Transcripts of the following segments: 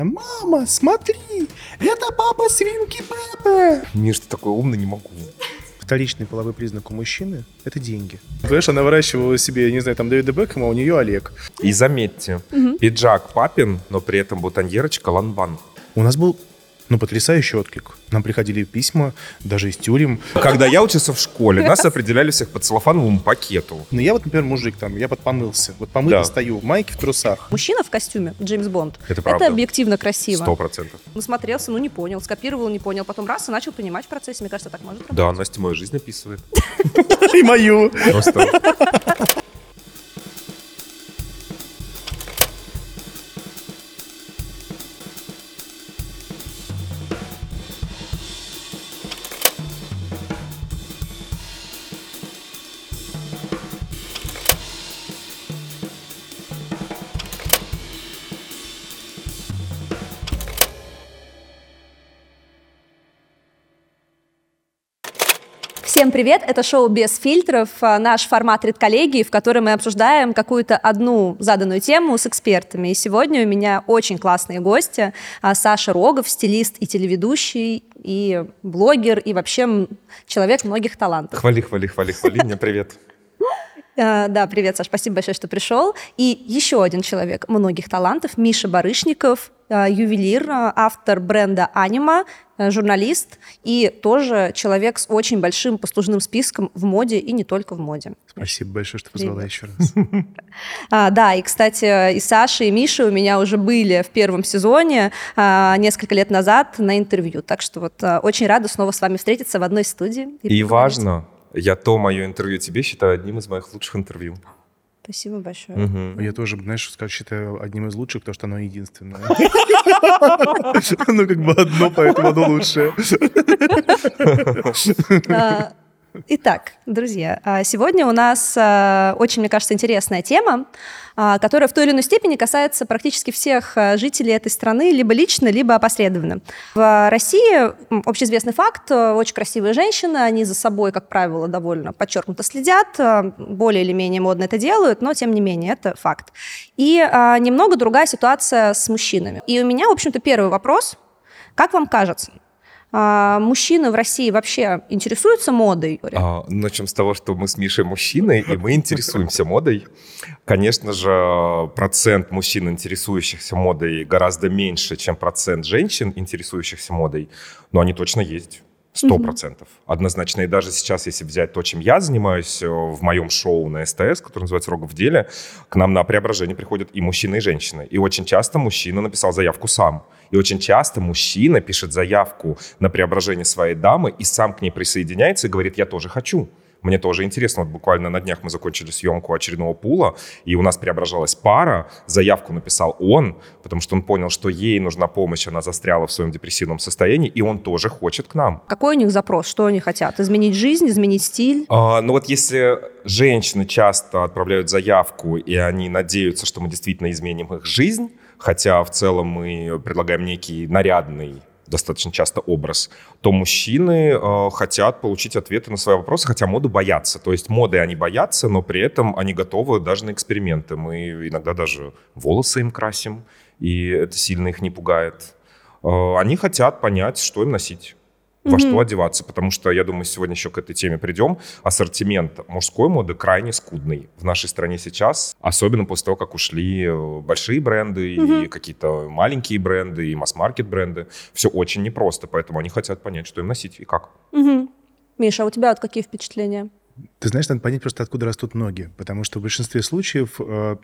Мама, смотри, это папа свинки Пеппа. Миш, ты такой умный, не могу. Вторичный половой признак у мужчины – это деньги. Понимаешь, она выращивала себе, я не знаю, там Дэвида Бекхэма, а у нее Олег. И заметьте, пиджак папин, но при этом бутоньерочка Ланван. У нас был, потрясающий отклик. Нам приходили письма, даже из тюрем. Когда я учился в школе, нас определяли всех по целлофановому пакету. Но я вот, например, мужик, я подпомылся. Вот помытый Да. стою в майке, в трусах. Мужчина в костюме, Джеймс Бонд. Это правда. Это объективно красиво. 100%. Насмотрелся, не понял, скопировал, не понял. Потом раз и начал понимать в процессе. Мне кажется, так может работать. Да, Настя мою жизнь описывает. И мою. Просто... Всем привет! Это шоу «Без фильтров», наш формат редколлегии, в котором мы обсуждаем какую-то одну заданную тему с экспертами. И сегодня у меня очень классные гости. Саша Рогов, стилист и телеведущий, и блогер, и вообще человек многих талантов. Хвали меня, привет. Да, привет, Саш, спасибо большое, что пришел. И еще один человек многих талантов, Миша Барышников, ювелир, автор бренда «Анима», журналист и тоже человек с очень большим послужным списком в моде и не только в моде. Спасибо большое, что позвала еще раз. Да, и, кстати, и Саша, и Миша у меня уже были в первом сезоне несколько лет назад на интервью. Так что вот очень рада снова с вами встретиться в одной студии. И важно, я мое интервью тебе считаю одним из моих лучших интервью. Спасибо большое. Я тоже, считаю одним из лучших, потому что оно единственное. Одно, поэтому оно лучшее. Итак, друзья, сегодня у нас очень, мне кажется, интересная тема, которая в той или иной степени касается практически всех жителей этой страны, либо лично, либо опосредованно. В России общеизвестный факт: очень красивые женщины, они за собой, как правило, довольно подчеркнуто следят, более или менее модно это делают, но, тем не менее, это факт. И немного другая ситуация с мужчинами. И у меня, в общем-то, первый вопрос. Как вам кажется, мужчины в России вообще интересуются модой? Начнем с того, что мы с Мишей мужчины, и мы интересуемся модой. Конечно же, процент мужчин, интересующихся модой, гораздо меньше, чем процент женщин, интересующихся модой, но они точно есть. 100%. Однозначно. И даже сейчас, если взять то, чем я занимаюсь в моем шоу на СТС, которое называется «Рогов в деле», к нам на преображение приходят и мужчины, и женщины. И очень часто мужчина написал заявку сам. И очень часто мужчина пишет заявку на преображение своей дамы и сам к ней присоединяется и говорит: «Я тоже хочу». Мне тоже интересно. Вот буквально на днях мы закончили съемку очередного пула, и у нас преображалась пара. Заявку написал он, потому что он понял, что ей нужна помощь, она застряла в своем депрессивном состоянии, и он тоже хочет к нам. Какой у них запрос? Что они хотят? Изменить жизнь, изменить стиль? Если женщины часто отправляют заявку, и они надеются, что мы действительно изменим их жизнь, хотя в целом мы предлагаем некий нарядный, достаточно часто образ, то мужчины хотят получить ответы на свои вопросы, хотя моду боятся. То есть моды они боятся, но при этом они готовы даже на эксперименты. Мы иногда даже волосы им красим, и это сильно их не пугает. Они хотят понять, что им носить, во что одеваться, потому что, я думаю, сегодня еще к этой теме придем. Ассортимент мужской моды крайне скудный в нашей стране сейчас, особенно после того, как ушли большие бренды и какие-то маленькие бренды, и масс-маркет бренды. Все очень непросто, поэтому они хотят понять, что им носить и как. Миша, а у тебя вот какие впечатления? Ты знаешь, надо понять просто, откуда растут ноги, потому что в большинстве случаев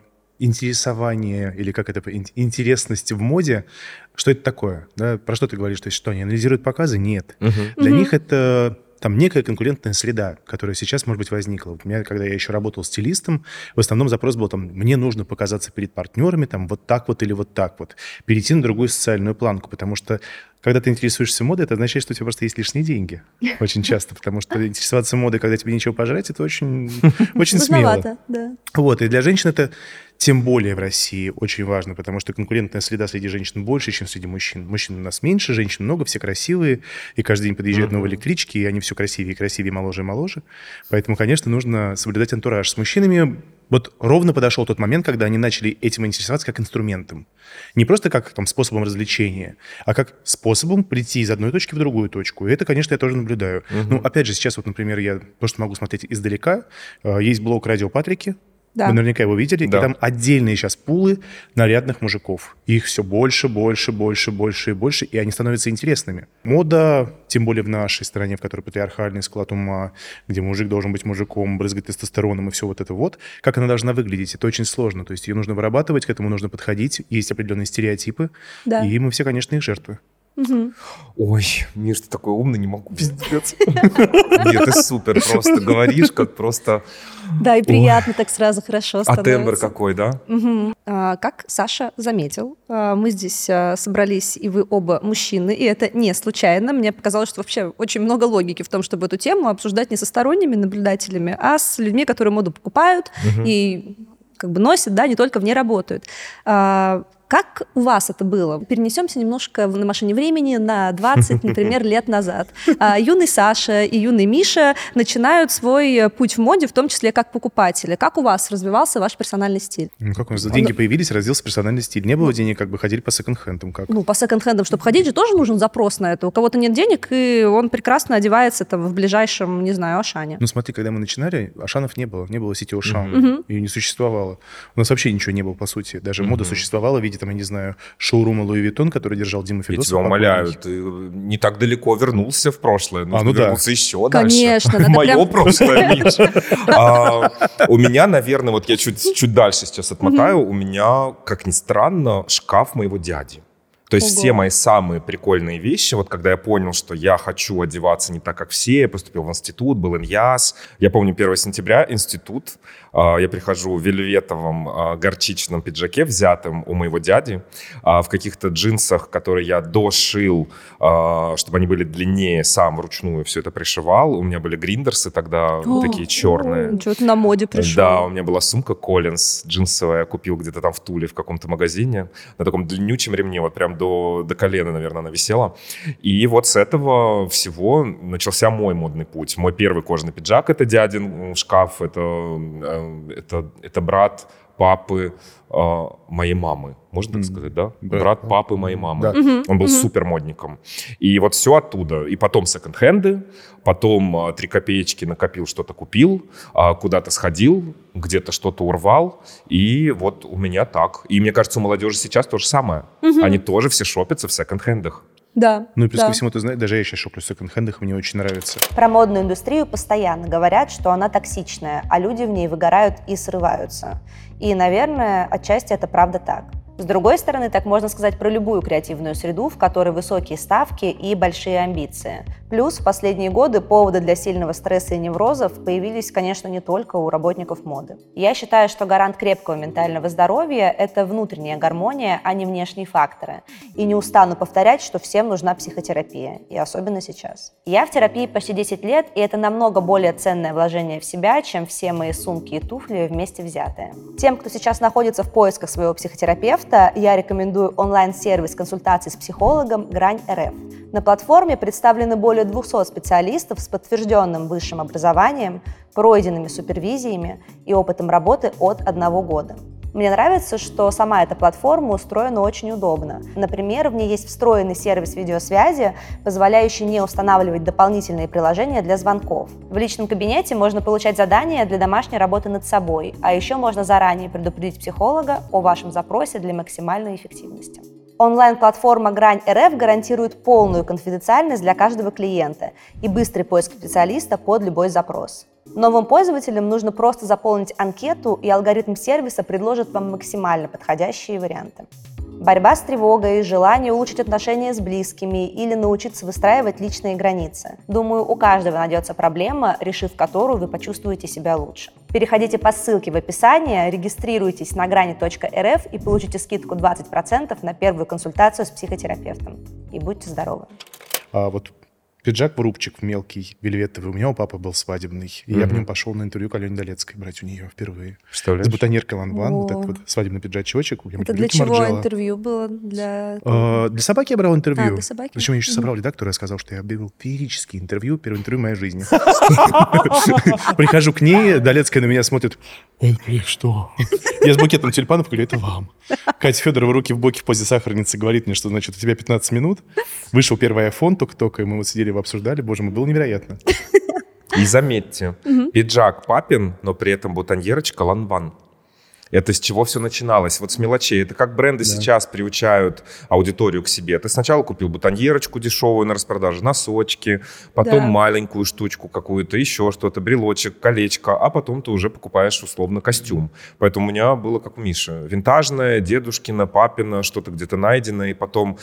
интересование или интересность в моде, что это такое? Да? Про что ты говоришь? То есть что, они анализируют показы? Нет. Для них это некая конкурентная среда, которая сейчас, может быть, возникла. Вот у меня, когда я еще работал стилистом, в основном запрос был мне нужно показаться перед партнерами вот так вот или вот так вот, перейти на другую социальную планку, потому что когда ты интересуешься модой, это означает, что у тебя просто есть лишние деньги. Очень часто, потому что интересоваться модой, когда тебе нечего пожрать, это очень смело. Да. Вот, и для женщин это тем более в России очень важно, потому что конкурентная среда среди женщин больше, чем среди мужчин. Мужчин у нас меньше, женщин много, все красивые, и каждый день подъезжают новые электрички, и они все красивее и красивее, моложе и моложе. Поэтому, конечно, нужно соблюдать антураж. С мужчинами Вот ровно подошел тот момент, когда они начали этим интересоваться как инструментом. Не просто как там, способом развлечения, а как способом прийти из одной точки в другую точку. И это, конечно, я тоже наблюдаю. Ну, опять же, сейчас вот, например, я просто могу смотреть издалека. Есть блог «Радио Патрики». Да. Вы наверняка его видели. Да. И там отдельные сейчас пулы нарядных мужиков. Их все больше, больше, больше, больше и больше, и они становятся интересными. Мода, тем более в нашей стране, в которой патриархальный склад ума, где мужик должен быть мужиком, брызгать тестостероном и все вот это вот, как она должна выглядеть, это очень сложно. То есть ее нужно вырабатывать, к этому нужно подходить, есть определенные стереотипы, Да. и мы все, конечно, их жертвы. Ой, Миш, ты такой умный, не могу, пиздец. Нет, ты супер просто говоришь, как просто... Да, и приятно так сразу хорошо А становится. тембр какой, да? Как Саша заметил, мы здесь собрались, и вы оба мужчины, и это не случайно. Мне показалось, что вообще очень много логики в том, чтобы эту тему обсуждать не со сторонними наблюдателями, а с людьми, которые моду покупают и как бы носят, да, не только в ней работают. Как у вас это было? Перенесемся немножко на машине времени на 20, например, лет назад. Юный Саша и юный Миша начинают свой путь в моде, в том числе как покупатели. Как у вас развивался ваш персональный стиль? Ну, как у нас деньги появились, родился персональный стиль. Не было денег, как бы ходили по секонд-хендам. Как? Ну, по секонд-хендам, чтобы ходить же, тоже нужен запрос на это. У кого-то нет денег, и он прекрасно одевается там в ближайшем, не знаю, Ашане. Ну, смотри, когда мы начинали, Ашанов не было сети Ашан, ее не существовало. У нас вообще ничего не было, по сути. Даже мода существовала в виде, там, я не знаю, шоурума Луи Виттон, который держал Дима Я Федосов. тебя умоляю, ты не так далеко вернулся в прошлое. Нужно вернуться еще Конечно, дальше. надо Мое прям- прошлое, Миш. У меня, наверное, вот я чуть дальше сейчас отмотаю, у меня, как ни странно, шкаф моего дяди. То есть Ого. все мои самые прикольные вещи, вот когда я понял, что я хочу одеваться не так, как все, я поступил в институт, был ИНЯС. Я помню, 1 сентября институт, я прихожу в вельветовом горчичном пиджаке, взятым у моего дяди, в каких-то джинсах, которые я дошил, чтобы они были длиннее, сам вручную все это пришивал. У меня были гриндерсы тогда такие черные. Что-то на моде пришел. Да, у меня была сумка Collins джинсовая, я купил где-то там в Туле в каком-то магазине на таком длиннючем ремне, вот прям до колена, наверное, она висела. И вот с этого всего начался мой модный путь. Мой первый кожаный пиджак — это дядин шкаф, это брат папы моей мамы. Можно так сказать, да? Брат папы моей мамы. Да. Он был супер модником. И вот все оттуда. И потом секонд-хенды, потом 3 копеечки накопил, что-то купил, куда-то сходил, где-то что-то урвал. И вот у меня так. И мне кажется, у молодежи сейчас то же самое. Они тоже все шопятся в секонд-хендах. Да. Ну и плюс да. ко всему, ты знаешь, даже я сейчас шоплю в секонд-хендах, мне очень нравится. Про модную индустрию постоянно говорят, что она токсичная, а люди в ней выгорают и срываются. И, наверное, отчасти это правда так. С другой стороны, так можно сказать про любую креативную среду, в которой высокие ставки и большие амбиции. Плюс в последние годы поводы для сильного стресса и неврозов появились, конечно, не только у работников моды. Я считаю, что гарант крепкого ментального здоровья – это внутренняя гармония, а не внешние факторы. И не устану повторять, что всем нужна психотерапия, и особенно сейчас. Я в терапии почти 10 лет, и это намного более ценное вложение в себя, чем все мои сумки и туфли вместе взятые. Тем, кто сейчас находится в поисках своего психотерапевта, я рекомендую онлайн-сервис консультаций с психологом «Грань.РФ». На платформе представлены более 200 специалистов с подтвержденным высшим образованием, пройденными супервизиями и опытом работы от 1 года. Мне нравится, что сама эта платформа устроена очень удобно. Например, в ней есть встроенный сервис видеосвязи, позволяющий не устанавливать дополнительные приложения для звонков. В личном кабинете можно получать задания для домашней работы над собой, а еще можно заранее предупредить психолога о вашем запросе для максимальной эффективности. Онлайн-платформа «Грань.РФ» гарантирует полную конфиденциальность для каждого клиента и быстрый поиск специалиста под любой запрос. Новым пользователям нужно просто заполнить анкету, и алгоритм сервиса предложит вам максимально подходящие варианты. Борьба с тревогой, желание улучшить отношения с близкими или научиться выстраивать личные границы. Думаю, у каждого найдется проблема, решив которую вы почувствуете себя лучше. Переходите по ссылке в описании, регистрируйтесь на grani.rf и получите скидку 20% на первую консультацию с психотерапевтом. И будьте здоровы! А вот Пиджак в рубчик мелкий, вельветовый. У меня у папы был свадебный. И я в нем пошел на интервью к Алене Долецкой брать у нее впервые. Представляешь? С бутоньеркой Ланван, О. вот этот вот свадебный пиджачочек. Это для чего интервью было? Для Для собаки я брал интервью. для собаки? Причем я еще собрал редактора, я сказал, что я объявил феерическое интервью, первое интервью в моей жизни. Прихожу к ней, Долецкая на меня смотрит. Что? Я с букетом тюльпанов говорю, это вам. Катя Федорова руки в боки в позе сахарницы говорит мне, что, значит, у тебя 15 минут. Вышел первый айфон только-только, и мы вот сидели его обсуждали. Боже мой, было невероятно. И заметьте, пиджак папин, но при этом бутоньерочка Ланван. Это с чего все начиналось? Вот с мелочей. Это как бренды сейчас приучают аудиторию к себе. Ты сначала купил бутоньерочку дешевую на распродаже, носочки, потом маленькую штучку какую-то, еще что-то, брелочек, колечко, а потом ты уже покупаешь условно костюм. Поэтому у меня было как у Миши. Винтажное, дедушкино, папино, что-то где-то найдено, и потом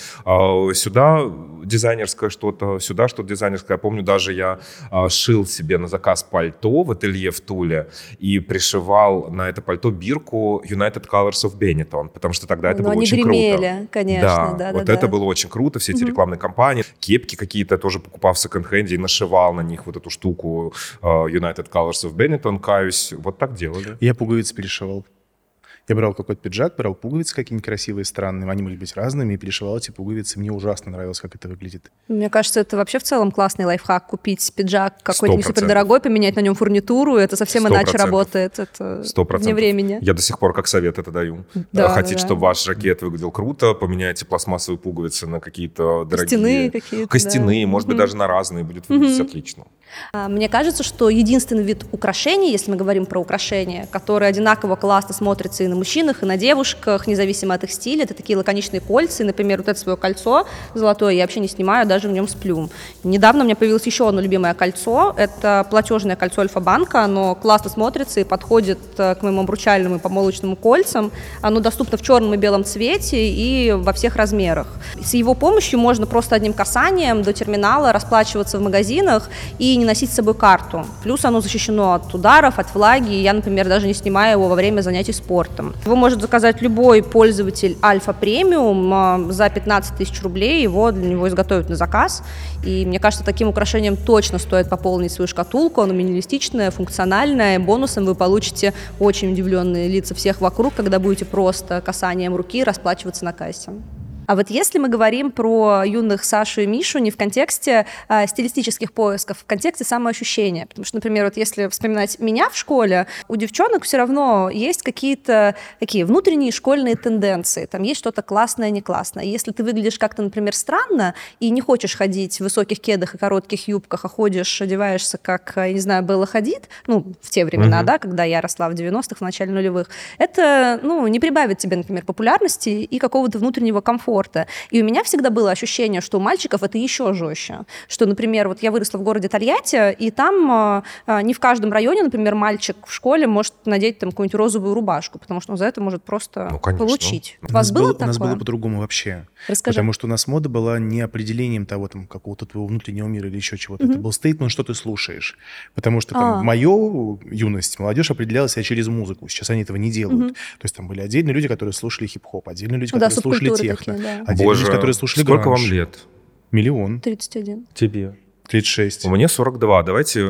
сюда дизайнерское что-то, сюда что-то дизайнерское. Я помню, даже я шил себе на заказ пальто в ателье в Туле и пришивал на это пальто бирку United Colors of Benetton, потому что тогда это было очень гремели, круто. конечно, Да, вот это было очень круто, все эти рекламные кампании. Кепки какие-то тоже покупал в секонд-хенде и нашивал на них вот эту штуку United Colors of Benetton, каюсь. Вот так делали. Я пуговицы перешивал. Я брал какой-то пиджак, брал пуговицы какие-нибудь красивые, странные, они могли быть разными, и перешивал эти пуговицы. Мне ужасно нравилось, как это выглядит. Мне кажется, это вообще в целом классный лайфхак. Купить пиджак какой-то не 100%. супердорогой, поменять на нем фурнитуру. Это совсем иначе 100%. работает. Это 100%. вне времени. Я до сих пор как совет это даю. Да, Хотите, да. чтобы ваш жакет выглядел круто, поменяйте пластмассовые пуговицы на какие-то дорогие. Костяные какие-то, Костяные, да. может быть, даже на разные. Будет выглядеть отлично. Мне кажется, что единственный вид украшений, если мы говорим про украшения, который одинаково классно смотрится и на мужчинах, и на девушках, независимо от их стиля, это такие лаконичные кольца. И, например, вот это свое кольцо золотое я вообще не снимаю, даже в нем сплю. Недавно у меня появилось еще одно любимое кольцо. Это платежное кольцо Альфа-банка. Оно классно смотрится и подходит к моим обручальным и помолвочным кольцам. Оно доступно в черном и белом цвете и во всех размерах. С его помощью можно просто одним касанием до терминала расплачиваться в магазинах и не носить с собой карту. Плюс оно защищено от ударов, от влаги. Я, например, даже не снимаю его во время занятий спортом. Его может заказать любой пользователь Альфа Премиум за 15 тысяч рублей. Его для него изготовят на заказ. И мне кажется, таким украшением точно стоит пополнить свою шкатулку. Оно минималистичное, функциональное. Бонусом вы получите очень удивленные лица всех вокруг, когда будете просто касанием руки расплачиваться на кассе. А вот если мы говорим про юных Сашу и Мишу не в контексте стилистических поисков, в контексте самоощущения. Потому что, например, вот если вспоминать меня в школе, у девчонок все равно есть какие-то такие внутренние школьные тенденции. Там есть что-то классное, не классное. И если ты выглядишь как-то, например, странно и не хочешь ходить в высоких кедах и коротких юбках, а ходишь, одеваешься как, я не знаю, Белла Хадид, ну, в те времена, да, когда я росла в 90-х, в начале нулевых, это, ну, не прибавит тебе, например, популярности и какого-то внутреннего комфорта. И у меня всегда было ощущение, что у мальчиков это еще жестче. Что, например, вот я выросла в городе Тольятти, и там не в каждом районе, например, мальчик в школе может надеть там какую-нибудь розовую рубашку, потому что он за это может просто получить. У вас было такое? У нас было по-другому вообще. Расскажи. Потому что у нас мода была не определением того, там, какого-то твоего внутреннего мира или еще чего-то. Это был стейтмент, что ты слушаешь. Потому что там мою юность, молодежь определяла себя через музыку. Сейчас они этого не делают. То есть там были отдельные люди, которые слушали хип-хоп, отдельные люди, которые слушали техно. Такие, да. Отдельные люди, которые слушали сколько гранж. вам лет? 1 000 000. 31. Тебе. 36. Мне 42. Давайте,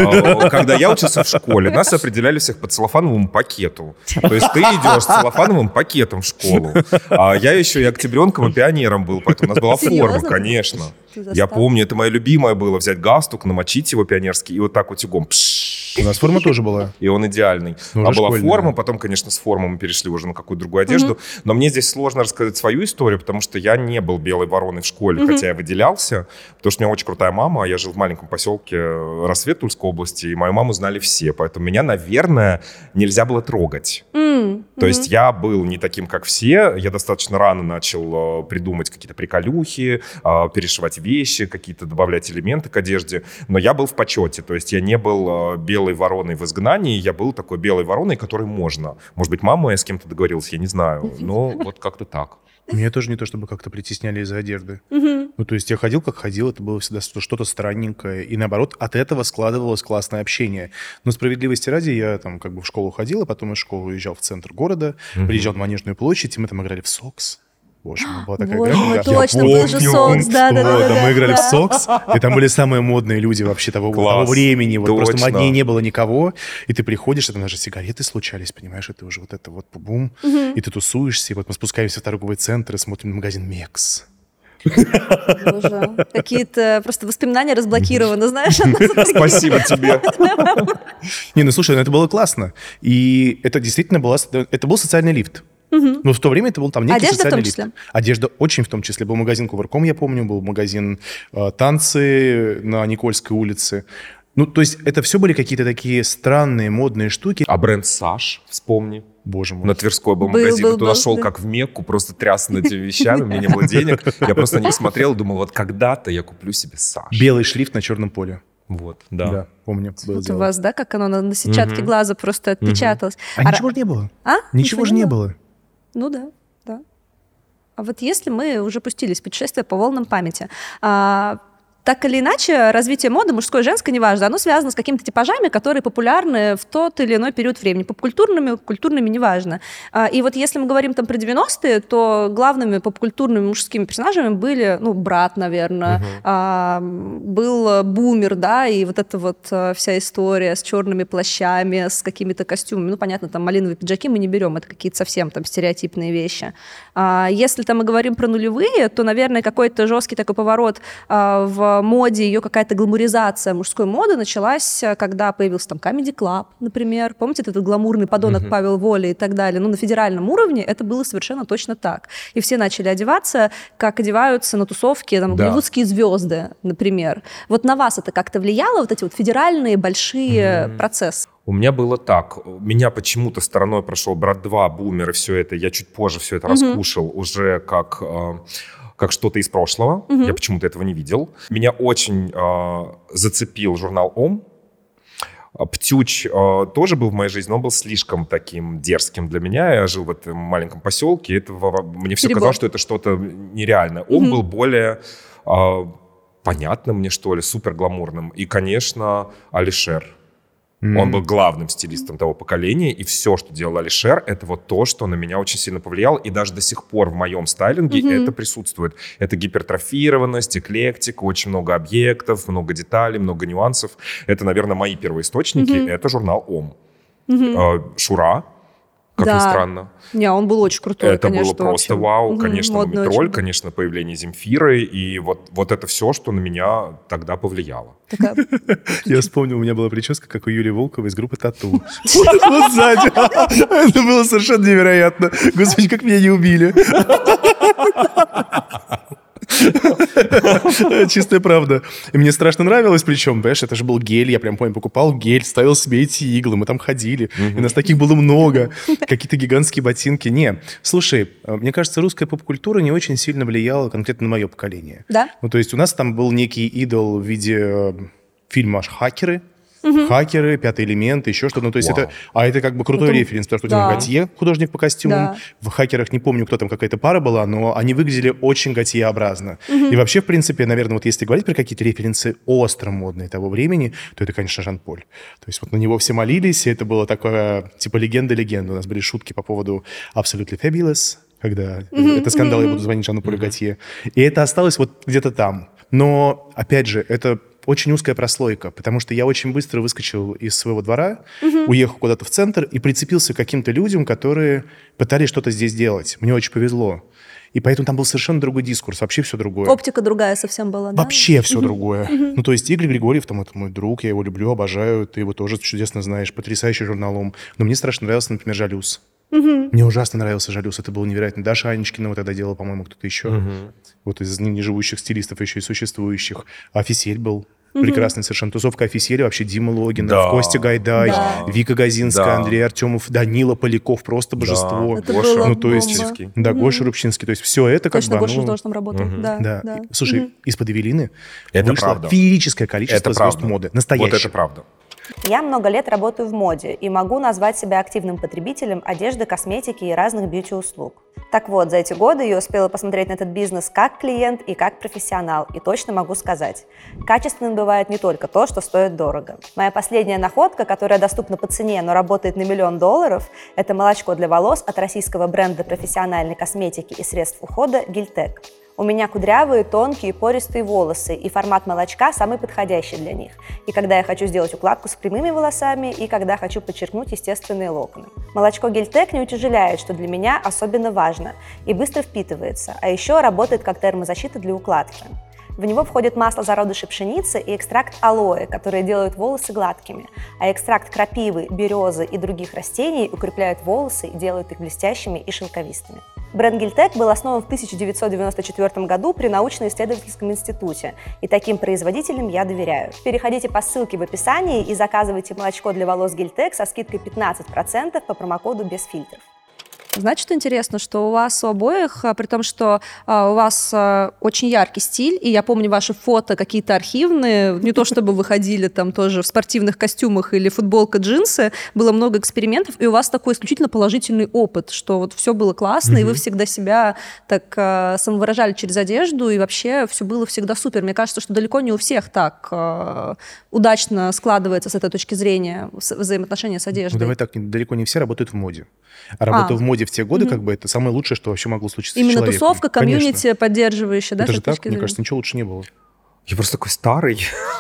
когда я учился в школе, нас определяли всех по целлофановому пакету. То есть ты идешь с целлофановым пакетом в школу. А я еще и октябренком, и пионером был, поэтому у нас была форма, Серьезно? конечно. Я помню, это мое любимое было, взять галстук, намочить его пионерский и вот так утюгом. У нас форма тоже была. И он идеальный. Ну, А уже была школьная. форма, потом, конечно, с формы мы перешли уже на какую-то другую одежду. Но мне здесь сложно рассказать свою историю, потому что я не был белой вороной в школе, хотя я выделялся, потому что у меня очень крутая мама. Я жил в маленьком поселке Рассвет Тульской области, и мою маму знали все. Поэтому меня, наверное, нельзя было трогать. То есть я был не таким, как все. Я достаточно рано начал придумать какие-то приколюхи, перешивать вещи, какие-то добавлять элементы к одежде. Но я был в почете. То есть я не был белой вороной в изгнании. Я был такой белой вороной, которой можно. Может быть, мама моя с кем-то договорилась, я не знаю. Но вот как-то так. Меня тоже не то, чтобы как-то притесняли из-за одежды. Ну, то есть я ходил, как ходил, это было всегда что-то странненькое. И наоборот, от этого складывалось классное общение. Но справедливости ради, я там как бы в школу ходил, а потом из школы уезжал в центр города, приезжал на Манежную площадь, и мы там играли в сокс. Боже мой, была такая Боже мой, игра. точно, был же помню. Сокс, да-да-да. Вот, а мы играли в Сокс, и там были самые модные люди вообще того Класс. времени. Вот просто Точно. моднее не было никого, и ты приходишь, и там даже сигареты случались, понимаешь, и ты уже вот это вот бум, и ты тусуешься, и вот мы спускаемся в торговый центр и смотрим на магазин «Мекс». Боже, какие-то просто воспоминания разблокированы, знаешь? Спасибо тебе. Не, ну слушай, ну это было классно. И это действительно это был социальный лифт. Но в то время это был там некий Одежда в социальный том лифт. числе? Одежда очень в том числе. Был магазин Covercom, я помню, был магазин «Танцы» на Никольской улице. Ну, то есть это все были какие-то такие странные модные штуки. А бренд Саш, вспомни. Боже мой. На Тверской был Был, магазин, был, я туда был, шел да. как в Мекку, просто тряс над этими вещами, у меня не было денег. Я просто на них смотрел, думал, вот когда-то я куплю себе Саш. Белый шрифт на черном поле. Вот, Да, да. помню. было Вот у дело. вас, да, как оно на сетчатке глаза просто отпечаталось. А ничего же не было. А? Ничего же не было. Ну да, да. А вот если мы уже пустились в путешествие по волнам памяти, так или иначе, развитие моды, мужской, женской, неважно, оно связано с какими-то типажами, которые популярны в тот или иной период времени. Попкультурными, неважно. И вот если мы говорим там про 90-е, то главными попкультурными мужскими персонажами были, ну, брат, наверное, был бумер, да, и вот эта вот вся история с черными плащами, с какими-то костюмами. Ну, понятно, там малиновые пиджаки мы не берем, это какие-то совсем там стереотипные вещи. Если там мы говорим про нулевые, то, наверное, какой-то жесткий такой поворот в моде, ее какая-то гламуризация мужской моды началась, когда появился там Comedy Club, например. Помните этот гламурный подонок Павел Воля и так далее? Ну, на федеральном уровне это было совершенно точно так. И все начали одеваться, как одеваются на тусовке там, голливудские звезды, например. Вот на вас это как-то влияло, вот эти вот федеральные большие процессы? У меня было так. Меня почему-то стороной прошел «Брат 2», «Бумер» и все это. Я чуть позже все это раскушал уже как что-то из прошлого. Я почему-то этого не видел. Меня очень зацепил журнал «Ом». «Птюч» тоже был в моей жизни, но он был слишком таким дерзким для меня. Я жил в этом маленьком поселке. Мне все казалось, что это что-то нереальное. «Ом» был более понятным мне, что ли, супер гламурным. И, конечно, Алишер. Он был главным стилистом того поколения, и все, что делал Алишер, это вот то, что на меня очень сильно повлияло, и даже до сих пор в моем стайлинге это присутствует. Это гипертрофированность, эклектика, очень много объектов, много деталей, много нюансов. Это, наверное, мои первоисточники. Это журнал «Ом». Шура, как ни странно. Не, он был очень крутой, это конечно. было просто вообще. вау. Конечно, Модный «Мумитроль», очень. конечно, появление Земфиры, и вот это все, что на меня тогда повлияло. Такая... Я вспомнил, у меня была прическа, как у Юлии Волковой из группы «Тату». Вот сзади. Это было совершенно невероятно. Господи, как меня не убили. Чистая правда. И мне страшно нравилось, причем, понимаешь, это же был гель, я прям помню, покупал гель, ставил себе эти иглы, мы там ходили, и нас таких было много, какие-то гигантские ботинки. Не, слушай, мне кажется, русская поп-культура не очень сильно влияла конкретно на мое поколение. Да? Ну, то есть у нас там был некий идол в виде фильма «Хакеры», «Хакеры», «Пятый элемент», еще что-то. Ну, то есть это как бы крутой референс, потому что Да. Готье, художник по костюмам. Да. В «Хакерах» не помню, кто там, какая-то пара была, но они выглядели очень Готье-образно. И вообще, в принципе, наверное, вот если говорить про какие-то референсы остро модные того времени, то это, конечно, Жан-Поль. То есть вот на него все молились, и это было такое, типа, легенда-легенда. У нас были шутки по поводу «Absolutely Fabulous», когда это скандал, я буду звонить Жану-Полю Готье. И это осталось вот где-то там. Но, опять же, это очень узкая прослойка, потому что я очень быстро выскочил из своего двора, уехал куда-то в центр и прицепился к каким-то людям, которые пытались что-то здесь делать. Мне очень повезло. И поэтому там был совершенно другой дискурс, вообще все другое. Оптика другая совсем была, да? Вообще все другое. Ну, то есть Игорь Григорьев, там, это мой друг, я его люблю, обожаю, ты его тоже чудесно знаешь, потрясающий журналом. Но мне страшно нравился, например, «Жалюз». Мне ужасно нравился «Жалюз», это было невероятно. Даша Анечкина вот тогда делала, по-моему, кто-то еще. Вот из неживущих стилистов, еще и существующих. Офисель был. Прекрасная совершенно тусовка «Офиселя», вообще Дима Логинов, Да. Костя Гайдай, Да. Вика Газинская, Да. Андрей Артемов, Данила Поляков, просто божество. Это Гоша было Ну, то есть, бомба. да, Гоша Рубчинский, то есть все это как Точно, бы... Гоша оно- же тоже там работал. Да, Да. да. Слушай, из-под Эвелины Это вышло правда. феерическое количество Это звезд правда. моды. Настоящих. Вот это правда. Я много лет работаю в моде и могу назвать себя активным потребителем одежды, косметики и разных бьюти-услуг. Так вот, за эти годы я успела посмотреть на этот бизнес как клиент и как профессионал, и точно могу сказать, качественным бывает не только то, что стоит дорого. Моя последняя находка, которая доступна по цене, но работает на $1 миллион, это молочко для волос от российского бренда профессиональной косметики и средств ухода Гильтек. У меня кудрявые, тонкие, пористые волосы, и формат молочка самый подходящий для них. И когда я хочу сделать укладку с прямыми волосами, и когда хочу подчеркнуть естественные локоны. Молочко Гильтек не утяжеляет, что для меня особенно важно, и быстро впитывается, а еще работает как термозащита для укладки. В него входит масло зародышей пшеницы и экстракт алоэ, которые делают волосы гладкими, а экстракт крапивы, березы и других растений укрепляют волосы и делают их блестящими и шелковистыми. Бренд Гильтек был основан в 1994 году при научно-исследовательском институте, и таким производителям я доверяю. Переходите по ссылке в описании и заказывайте молочко для волос Гильтек со скидкой 15% по промокоду без фильтров. Знаете, что интересно, что у вас у обоих, при том, что у вас очень яркий стиль, и я помню ваши фото какие-то архивные, не то чтобы выходили там тоже в спортивных костюмах или футболка, джинсы, было много экспериментов, и у вас такой исключительно положительный опыт, что вот все было классно, и вы всегда себя так самовыражали через одежду, и вообще все было всегда супер. Мне кажется, что далеко не у всех так удачно складывается с этой точки зрения взаимоотношения с одеждой. Ну, давай так, далеко не все работают в моде. А работа в моде в те годы, как бы, это самое лучшее, что вообще могло случиться с человеком. Именно тусовка, комьюнити, Конечно. поддерживающая, да, Это с же этой так, точки мне зрения? кажется, ничего лучше не было. Я просто такой старый.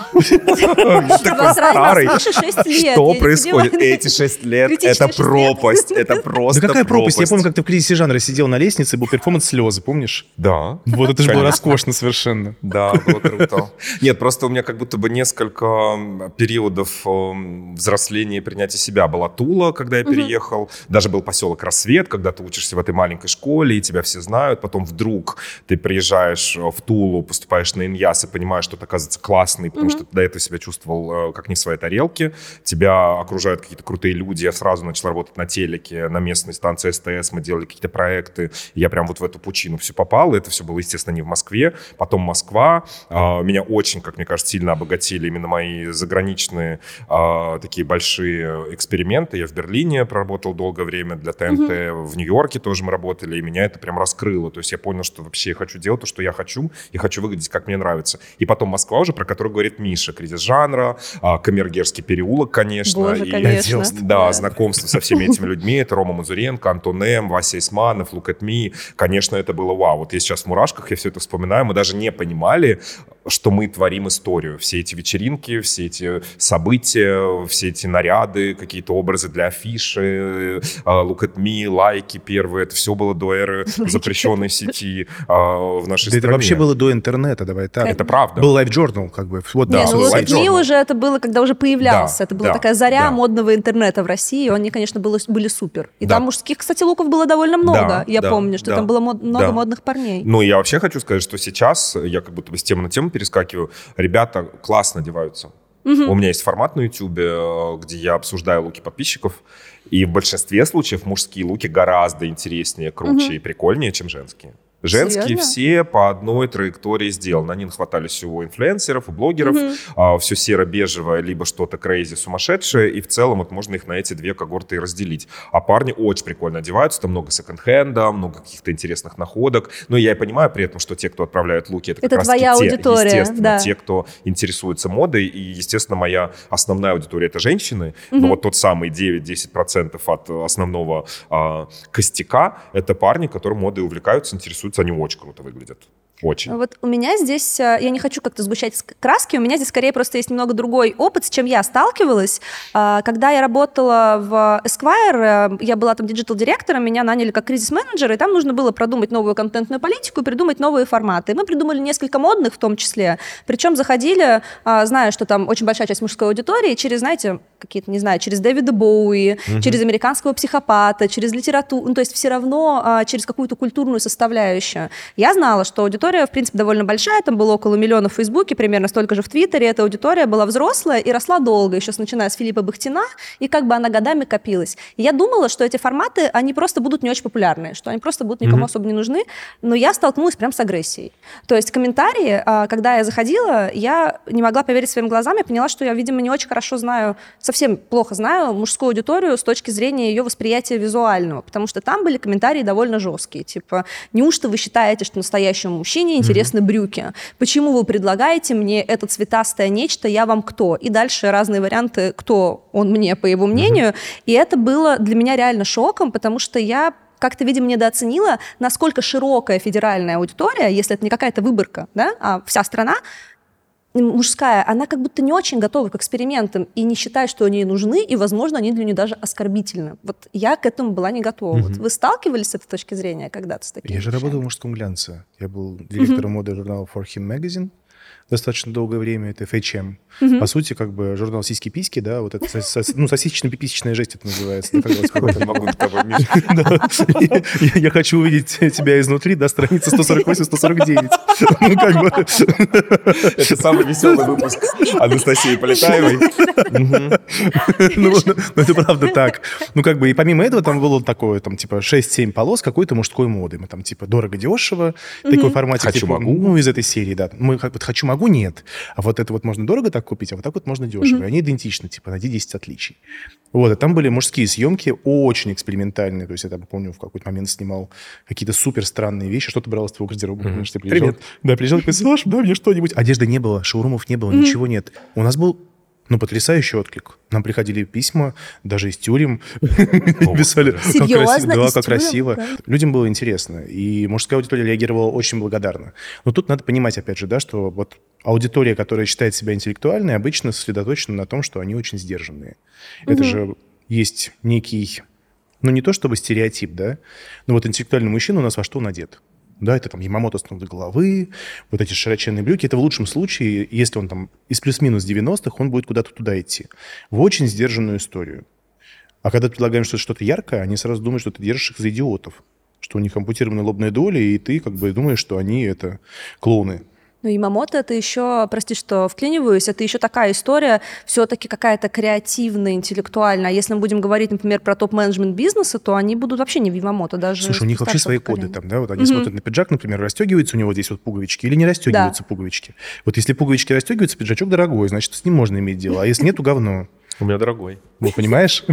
Такой старый. Слушай, 6 лет. Что происходит? Эти 6 лет — это Критические 6 лет. пропасть. Это просто Да какая пропасть? Я помню, пропасть. как ты в кризисе жанра сидел на лестнице, и был перформанс «Слезы», помнишь? Да. Вот это же было Конечно. роскошно совершенно. Да, было круто. Нет, просто у меня как будто бы несколько периодов взросления и принятия себя. Была Тула, когда я переехал. Даже был поселок Рассвет, когда ты учишься в этой маленькой школе, и тебя все знают. Потом вдруг ты приезжаешь в Тулу, поступаешь на Иньяс и понимаешь, что ты, оказывается, классный, потому что ты до этого себя чувствовал как не в своей тарелке. Тебя окружают какие-то крутые люди. Я сразу начал работать на телеке, на местной станции СТС. Мы делали какие-то проекты. Я прям вот в эту пучину все попал. И это все было, естественно, не в Москве. Потом Москва. Меня очень, как мне кажется, сильно обогатили именно мои заграничные такие большие эксперименты. Я в Берлине проработал долгое время для ТНТ. В Нью-Йорке тоже мы работали. И меня это прям раскрыло. То есть я понял, что вообще я хочу делать то, что я хочу. И хочу выглядеть, как мне нравится. И потом Москва уже, про которую говорит Миша. Кризис жанра, Камергерский переулок, конечно. Боже, и, конечно. Да, знакомство со всеми этими людьми. Это Рома Мазуренко, Антон М., Вася Исманов, Look at Me. Конечно, это было вау. Вот я сейчас в мурашках, я все это вспоминаю. Мы даже не понимали, что мы творим историю. Все эти вечеринки, все эти события, все эти наряды, какие-то образы для афиши, Look at Me, лайки первые. Это все было до эры запрещенной сети в нашей Да стране. это вообще было до интернета, давай так. Это правда. Был Life Journal, как бы. Вот, Да, Не, ну был вот Life СМИ Journal. уже это было, когда уже появлялся. Да, Это была да, такая заря да. модного интернета в России. Они, конечно, были супер. И Да. там мужских, кстати, луков было довольно много. Да, Я да, помню, что да, там было много да. модных парней. Ну, я вообще хочу сказать, что сейчас я как будто бы с темы на тему перескакиваю. Ребята классно одеваются. У меня есть формат на YouTube, где я обсуждаю луки подписчиков. И в большинстве случаев мужские луки гораздо интереснее, круче и прикольнее, чем женские. Женские Серьезно? все по одной траектории сделаны. Они нахватались у инфлюенсеров, у блогеров. Все серо-бежевое, либо что-то крейзи, сумасшедшее. И в целом вот можно их на эти две когорты и разделить. А парни очень прикольно одеваются. Там много секонд-хенда, много каких-то интересных находок. Но я и понимаю при этом, что те, кто отправляют луки, это как раз твоя те, аудитория, естественно, да. те, кто интересуется модой. И, естественно, моя основная аудитория — это женщины. Но вот тот самый 9-10% от основного костяка — это парни, которые модой увлекаются, интересуются. Они очень круто выглядят. Очень. Вот у меня здесь, я не хочу как-то сгущать краски, у меня здесь скорее просто есть немного другой опыт, с чем я сталкивалась. Когда я работала в Esquire, я была там диджитал-директором, меня наняли как кризис-менеджера, и там нужно было продумать новую контентную политику и придумать новые форматы. И мы придумали несколько модных в том числе, причем заходили, зная, что там очень большая часть мужской аудитории, через, знаете, какие-то, не знаю, через Дэвида Боуи, через американского психопата, через литературу, ну, то есть все равно через какую-то культурную составляющую. Я знала, что аудитория, в принципе, довольно большая, там было около миллиона в Фейсбуке, примерно столько же в Твиттере, эта аудитория была взрослая и росла долго, еще начиная с Филиппа Бахтина, и как бы она годами копилась. И я думала, что эти форматы, они просто будут не очень популярны, что они просто будут никому особо не нужны, но я столкнулась прям с агрессией. То есть комментарии, когда я заходила, я не могла поверить своим глазам, я поняла, что я, видимо, не очень хорошо знаю, совсем плохо знаю мужскую аудиторию с точки зрения ее восприятия визуального, потому что там были комментарии довольно жесткие, типа, неужто вы считаете, что настоящему мужчине интересны брюки? Почему вы предлагаете мне это цветастое нечто, я вам кто? И дальше разные варианты, кто он мне, по его мнению. И это было для меня реально шоком, потому что я как-то, видимо, недооценила, насколько широкая федеральная аудитория, если это не какая-то выборка, да, а вся страна, мужская, она как будто не очень готова к экспериментам и не считает, что они нужны, и, возможно, они для нее даже оскорбительны. Вот я к этому была не готова. Вот вы сталкивались с этой точки зрения когда-то с такими Я же вещами? работал в мужском глянце. Я был директором моды журнала For Him Magazine достаточно долгое время, это FHM. По сути, как бы журнал «Сиськи-письки», да, вот это, ну, сосисечно-пиписечная жесть это называется. Не могу с тобой, Миша. Я хочу увидеть тебя изнутри, да, страница 148-149. Ну, как бы... Это самый веселый выпуск Анастасии Полетаевой. Ну, это правда так. Ну, как бы, и помимо этого там было такое, там, типа, 6-7 полос какой-то мужской моды. Мы там, типа, дорого-дешево, такой формате. Хочу-могу. Ну, из этой серии, да. Мы как бы «хочу-могу» нет. А вот это вот можно дорого так купить, а вот так вот можно дешево. И они идентичны, типа, найди 10 отличий. Вот, а там были мужские съемки, очень экспериментальные. То есть я там, помню, в какой-то момент снимал какие-то супер странные вещи. Что-то брал из твоего гардероба. Понимаешь, ты приезжал. Привет. Да, приезжал и говорил: Саш, да, мне что-нибудь. Одежды не было, шоурумов не было, ничего нет. У нас был, ну, потрясающий отклик. Нам приходили письма, даже из тюрем. Писали, как Серьезно? красиво. Да, Из как тюрем? красиво. Да. Людям было интересно. И мужская аудитория реагировала очень благодарно. Но тут надо понимать, опять же, да, что вот аудитория, которая считает себя интеллектуальной, обычно сосредоточена на том, что они очень сдержанные. Это же есть некий, ну, не то чтобы стереотип, да, но вот интеллектуальный мужчина у нас во что он одет? Да, это там ямамото с ног до головы, вот эти широченные брюки. Это в лучшем случае, если он там из плюс-минус 90-х, он будет куда-то туда идти. В очень сдержанную историю. А когда предлагаем что-то яркое, они сразу думают, что ты держишь их за идиотов. Что у них ампутирована лобная доля, и ты как бы думаешь, что они это клоуны. Ну, Ямамото — это еще, прости, что вклиниваюсь, это еще такая история, все-таки какая-то креативная, интеллектуальная. А если мы будем говорить, например, про топ-менеджмент бизнеса, то они будут вообще не в Ямамото, даже... Слушай, у них вообще свои коды там, да? Вот они смотрят на пиджак, например, расстегиваются у него здесь вот пуговички или не расстегиваются пуговички. Вот если пуговички расстегиваются, пиджачок дорогой, значит, с ним можно иметь дело. А если нет, то говно. У меня дорогой. Ну, понимаешь?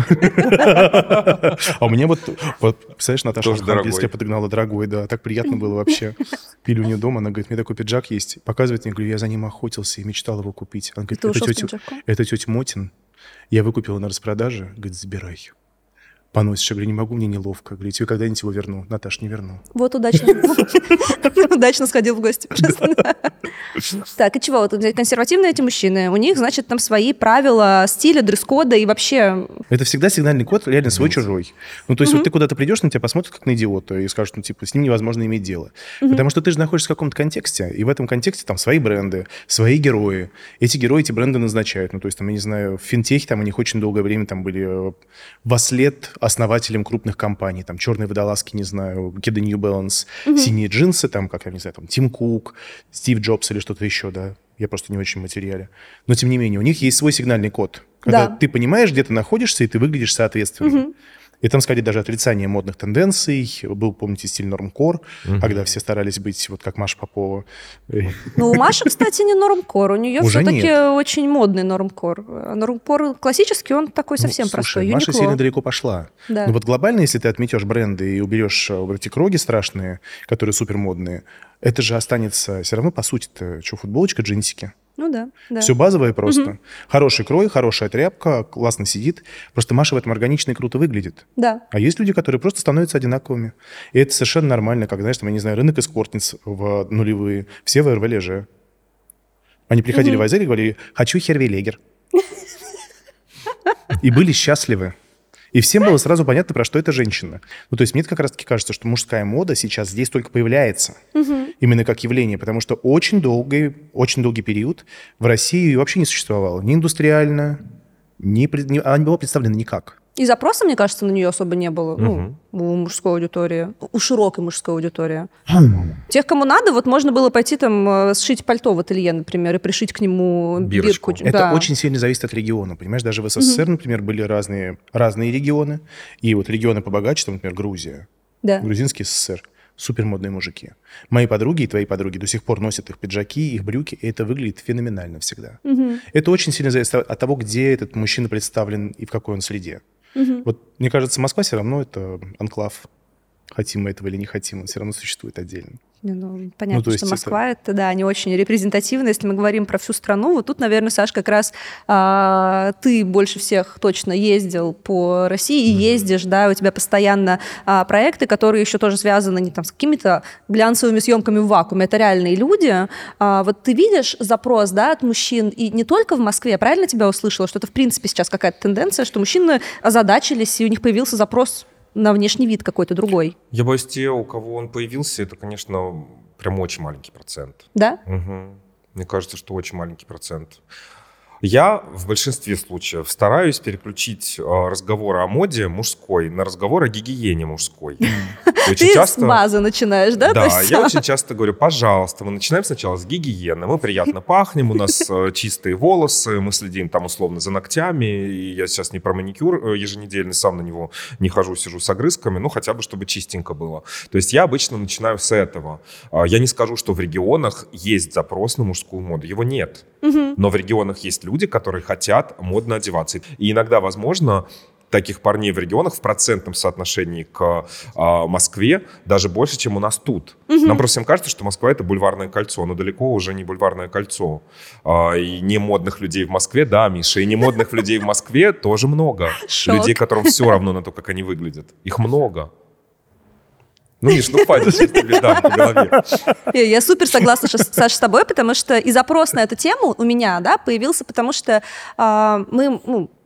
А у меня вот, представляешь, Наташа Архангельская подогнала дорогой, да, так приятно было вообще. Пили у нее дома, она говорит, мне такой пиджак есть. Показывает мне, говорю, я за ним охотился и мечтал его купить. Она говорит, это тетя Мотин. Я выкупила на распродаже. Говорит, забирай. Поносишь. Я говорю, не могу, мне неловко. Говорю, тебе когда-нибудь его верну. Наташ, не верну. Вот удачно. Удачно сходил в гости. Так, и чего? Вот консервативные эти мужчины. У них, значит, там свои правила стиля, дресс-кода и вообще... Это всегда сигнальный код, реально свой-чужой. Ну, то есть вот ты куда-то придешь, на тебя посмотрят как на идиота и скажут, ну, типа, с ним невозможно иметь дело. Потому что ты же находишься в каком-то контексте, и в этом контексте там свои бренды, свои герои. Эти герои эти бренды назначают. Ну, то есть, там, я не знаю, в финтехе там у них очень долгое время там были вослед основателем крупных компаний. Там черные водолазки, не знаю, кеды New Balance, синие джинсы, там, как я не знаю, там, Тим Кук, Стив Джобс или что-то еще, да. Я просто не очень в материале. Но, тем не менее, у них есть свой сигнальный код. Когда ты понимаешь, где ты находишься, и ты выглядишь соответственно. И там, скорее, даже отрицание модных тенденций. Был, помните, стиль нормкор, когда все старались быть вот как Маша Попова. Ну, у Маши, кстати, не нормкор. У нее Уже все-таки нет. очень модный нормкор. Нормкор классический, он такой совсем простой. Слушай, Маша Юникло. сильно далеко пошла. Да. Но вот глобально, если ты отметешь бренды и уберешь вот эти кроги страшные, которые супермодные, это же останется все равно, по сути-то, что, футболочка, джинсики. Ну да, да. Все базовое просто. Хороший крой, хорошая тряпка, классно сидит. Просто Маша в этом органично и круто выглядит. Да. А есть люди, которые просто становятся одинаковыми. И это совершенно нормально, как, знаешь, там, я не знаю, рынок эскортниц в нулевые. Все в РВ-леже. Они приходили в Айзель и говорили, хочу Хервилегер. И были счастливы. И всем было сразу понятно, про что эта женщина. Ну, то есть мне как раз-таки кажется, что мужская мода сейчас здесь только появляется. Именно как явление, потому что очень долгий период в России ее вообще не существовало. Ни индустриально, она не была представлена никак. И запроса, мне кажется, на нее особо не было, у мужской аудитории, у широкой мужской аудитории. Тех, кому надо, вот можно было пойти там сшить пальто в ателье, например, и пришить к нему бирку. Это очень сильно зависит от региона, понимаешь? Даже в СССР, например, были разные регионы, и вот регионы побогаче, там, например, Грузия, грузинский СССР, супермодные мужики. Мои подруги и твои подруги до сих пор носят их пиджаки, их брюки, и это выглядит феноменально всегда. Это очень сильно зависит от того, где этот мужчина представлен и в какой он среде. Вот, мне кажется, Москва все равно это анклав. Хотим мы этого или не хотим, он все равно существует отдельно. Понятно, что Москва это да, не очень репрезентативно, если мы говорим про всю страну. Вот тут, наверное, Саш, как раз ты больше всех точно ездил по России и ездишь, да, у тебя постоянно проекты, которые еще тоже связаны не там с какими-то глянцевыми съемками в вакууме, это реальные люди. Вот ты видишь запрос, да, от мужчин, и не только в Москве, я правильно тебя услышала, что это в принципе сейчас какая-то тенденция, что мужчины озадачились, и у них появился запрос на внешний вид какой-то другой. Я боюсь, те, у кого он появился, это, конечно, прям очень маленький процент. Да? Угу. Мне кажется, что очень маленький процент. Я в большинстве случаев стараюсь переключить разговор о моде мужской на разговор о гигиене мужской. Ты с базы начинаешь, да? Да, я очень часто говорю, пожалуйста, мы начинаем сначала с гигиены, мы приятно пахнем, у нас чистые волосы, мы следим там условно за ногтями, и я сейчас не про маникюр еженедельный, сам на него не хожу, сижу с огрызками, ну хотя бы чтобы чистенько было. То есть я обычно начинаю с этого. Я не скажу, что в регионах есть запрос на мужскую моду, его нет. Но в регионах есть люди, которые хотят модно одеваться. И иногда, возможно, таких парней в регионах в процентном соотношении к Москве даже больше, чем у нас тут. Нам просто всем кажется, что Москва — это бульварное кольцо, но далеко уже не бульварное кольцо. И не модных людей в Москве, да, Миша, и не модных людей в Москве тоже много. Людей, которым все равно на то, как они выглядят. Их много. Ну, Миш, ну хватит, сейчас тебе дам по голове. Я супер согласна, Саша, с тобой, потому что и запрос на эту тему у меня, да, появился, потому что мы,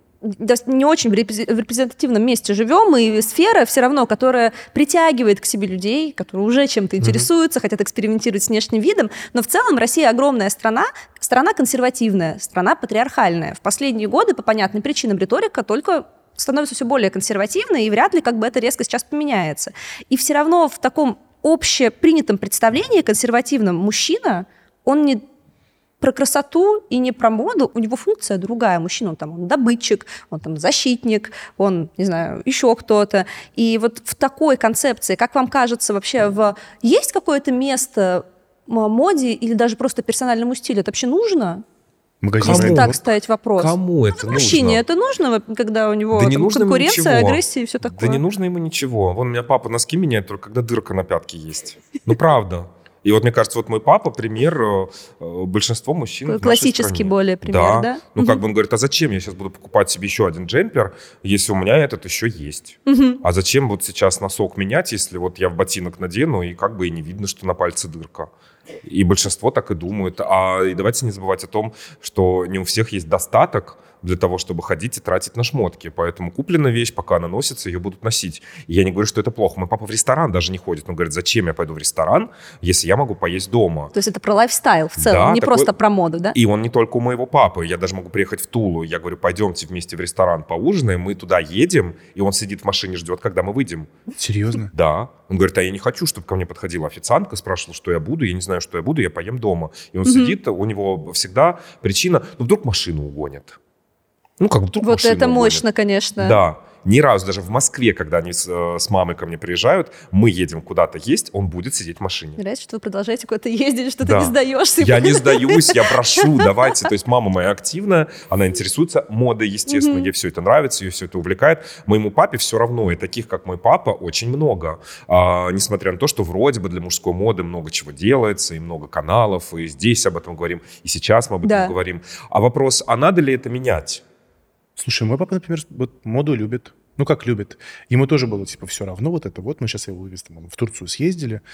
не очень в репрезентативном месте живем, и сфера все равно, которая притягивает к себе людей, которые уже чем-то интересуются, хотят экспериментировать с внешним видом, но в целом Россия огромная страна консервативная, страна патриархальная. В последние годы по понятным причинам риторика только становится все более консервативной, и вряд ли как бы это резко сейчас поменяется. И все равно в таком общепринятом представлении консервативном мужчина, он не про красоту и не про моду, у него функция другая. Мужчина, он добытчик, он там защитник, он, не знаю, еще кто-то. И вот в такой концепции, как вам кажется, вообще есть какое-то место моде или даже просто персональному стилю? Это вообще нужно? Если так ставить вопрос. Кому это нужно? Мужчине это нужно, когда у него конкуренция, агрессия и все такое? Да не нужно ему ничего. Вон у меня папа носки меняет только когда дырка на пятке есть. Ну, правда. И вот мне кажется, вот мой папа пример большинства мужчин классический более пример, да? Ну, как бы он говорит, а зачем я сейчас буду покупать себе еще один джемпер, если у меня этот еще есть? А зачем вот сейчас носок менять, если вот я в ботинок надену, и как бы и не видно, что на пальце дырка? И большинство так и думают. И давайте не забывать о том, что не у всех есть достаток для того, чтобы ходить и тратить на шмотки. Поэтому купленная вещь, пока она носится, ее будут носить. И я не говорю, что это плохо. Мой папа в ресторан даже не ходит. Он говорит, зачем я пойду в ресторан, если я могу поесть дома? То есть это про лайфстайл в целом, да, не просто про моду, да? И он не только у моего папы. Я даже могу приехать в Тулу. Я говорю, пойдемте вместе в ресторан поужинаем. Мы туда едем, и он сидит в машине, ждет, когда мы выйдем. Серьезно? Да. Он говорит, а я не хочу, чтобы ко мне подходила официантка, спрашивала, что я буду. Я не знаю, что я буду, я поем дома. И он сидит, у него всегда причина, ну вдруг машину угонят. Ну, как вдруг вот машину это угонят. Мощно, конечно. Да. Ни разу, даже в Москве, когда они с мамой ко мне приезжают, мы едем куда-то есть, он будет сидеть в машине. Нравится, что вы продолжаете куда-то ездить, что ты не сдаешься. Я не сдаюсь, я прошу, давайте. То есть мама моя активная, она интересуется модой, естественно, ей все это нравится, ее все это увлекает. Моему папе все равно, и таких, как мой папа, очень много. Несмотря на то, что вроде бы для мужской моды много чего делается, и много каналов, и здесь об этом говорим, и сейчас мы об этом говорим. А вопрос, а надо ли это менять? Слушай, мой папа, например, вот моду любит. Ну, как любит. Ему тоже было, типа, все равно вот это вот. Мы сейчас его вывезли, в Турцию съездили,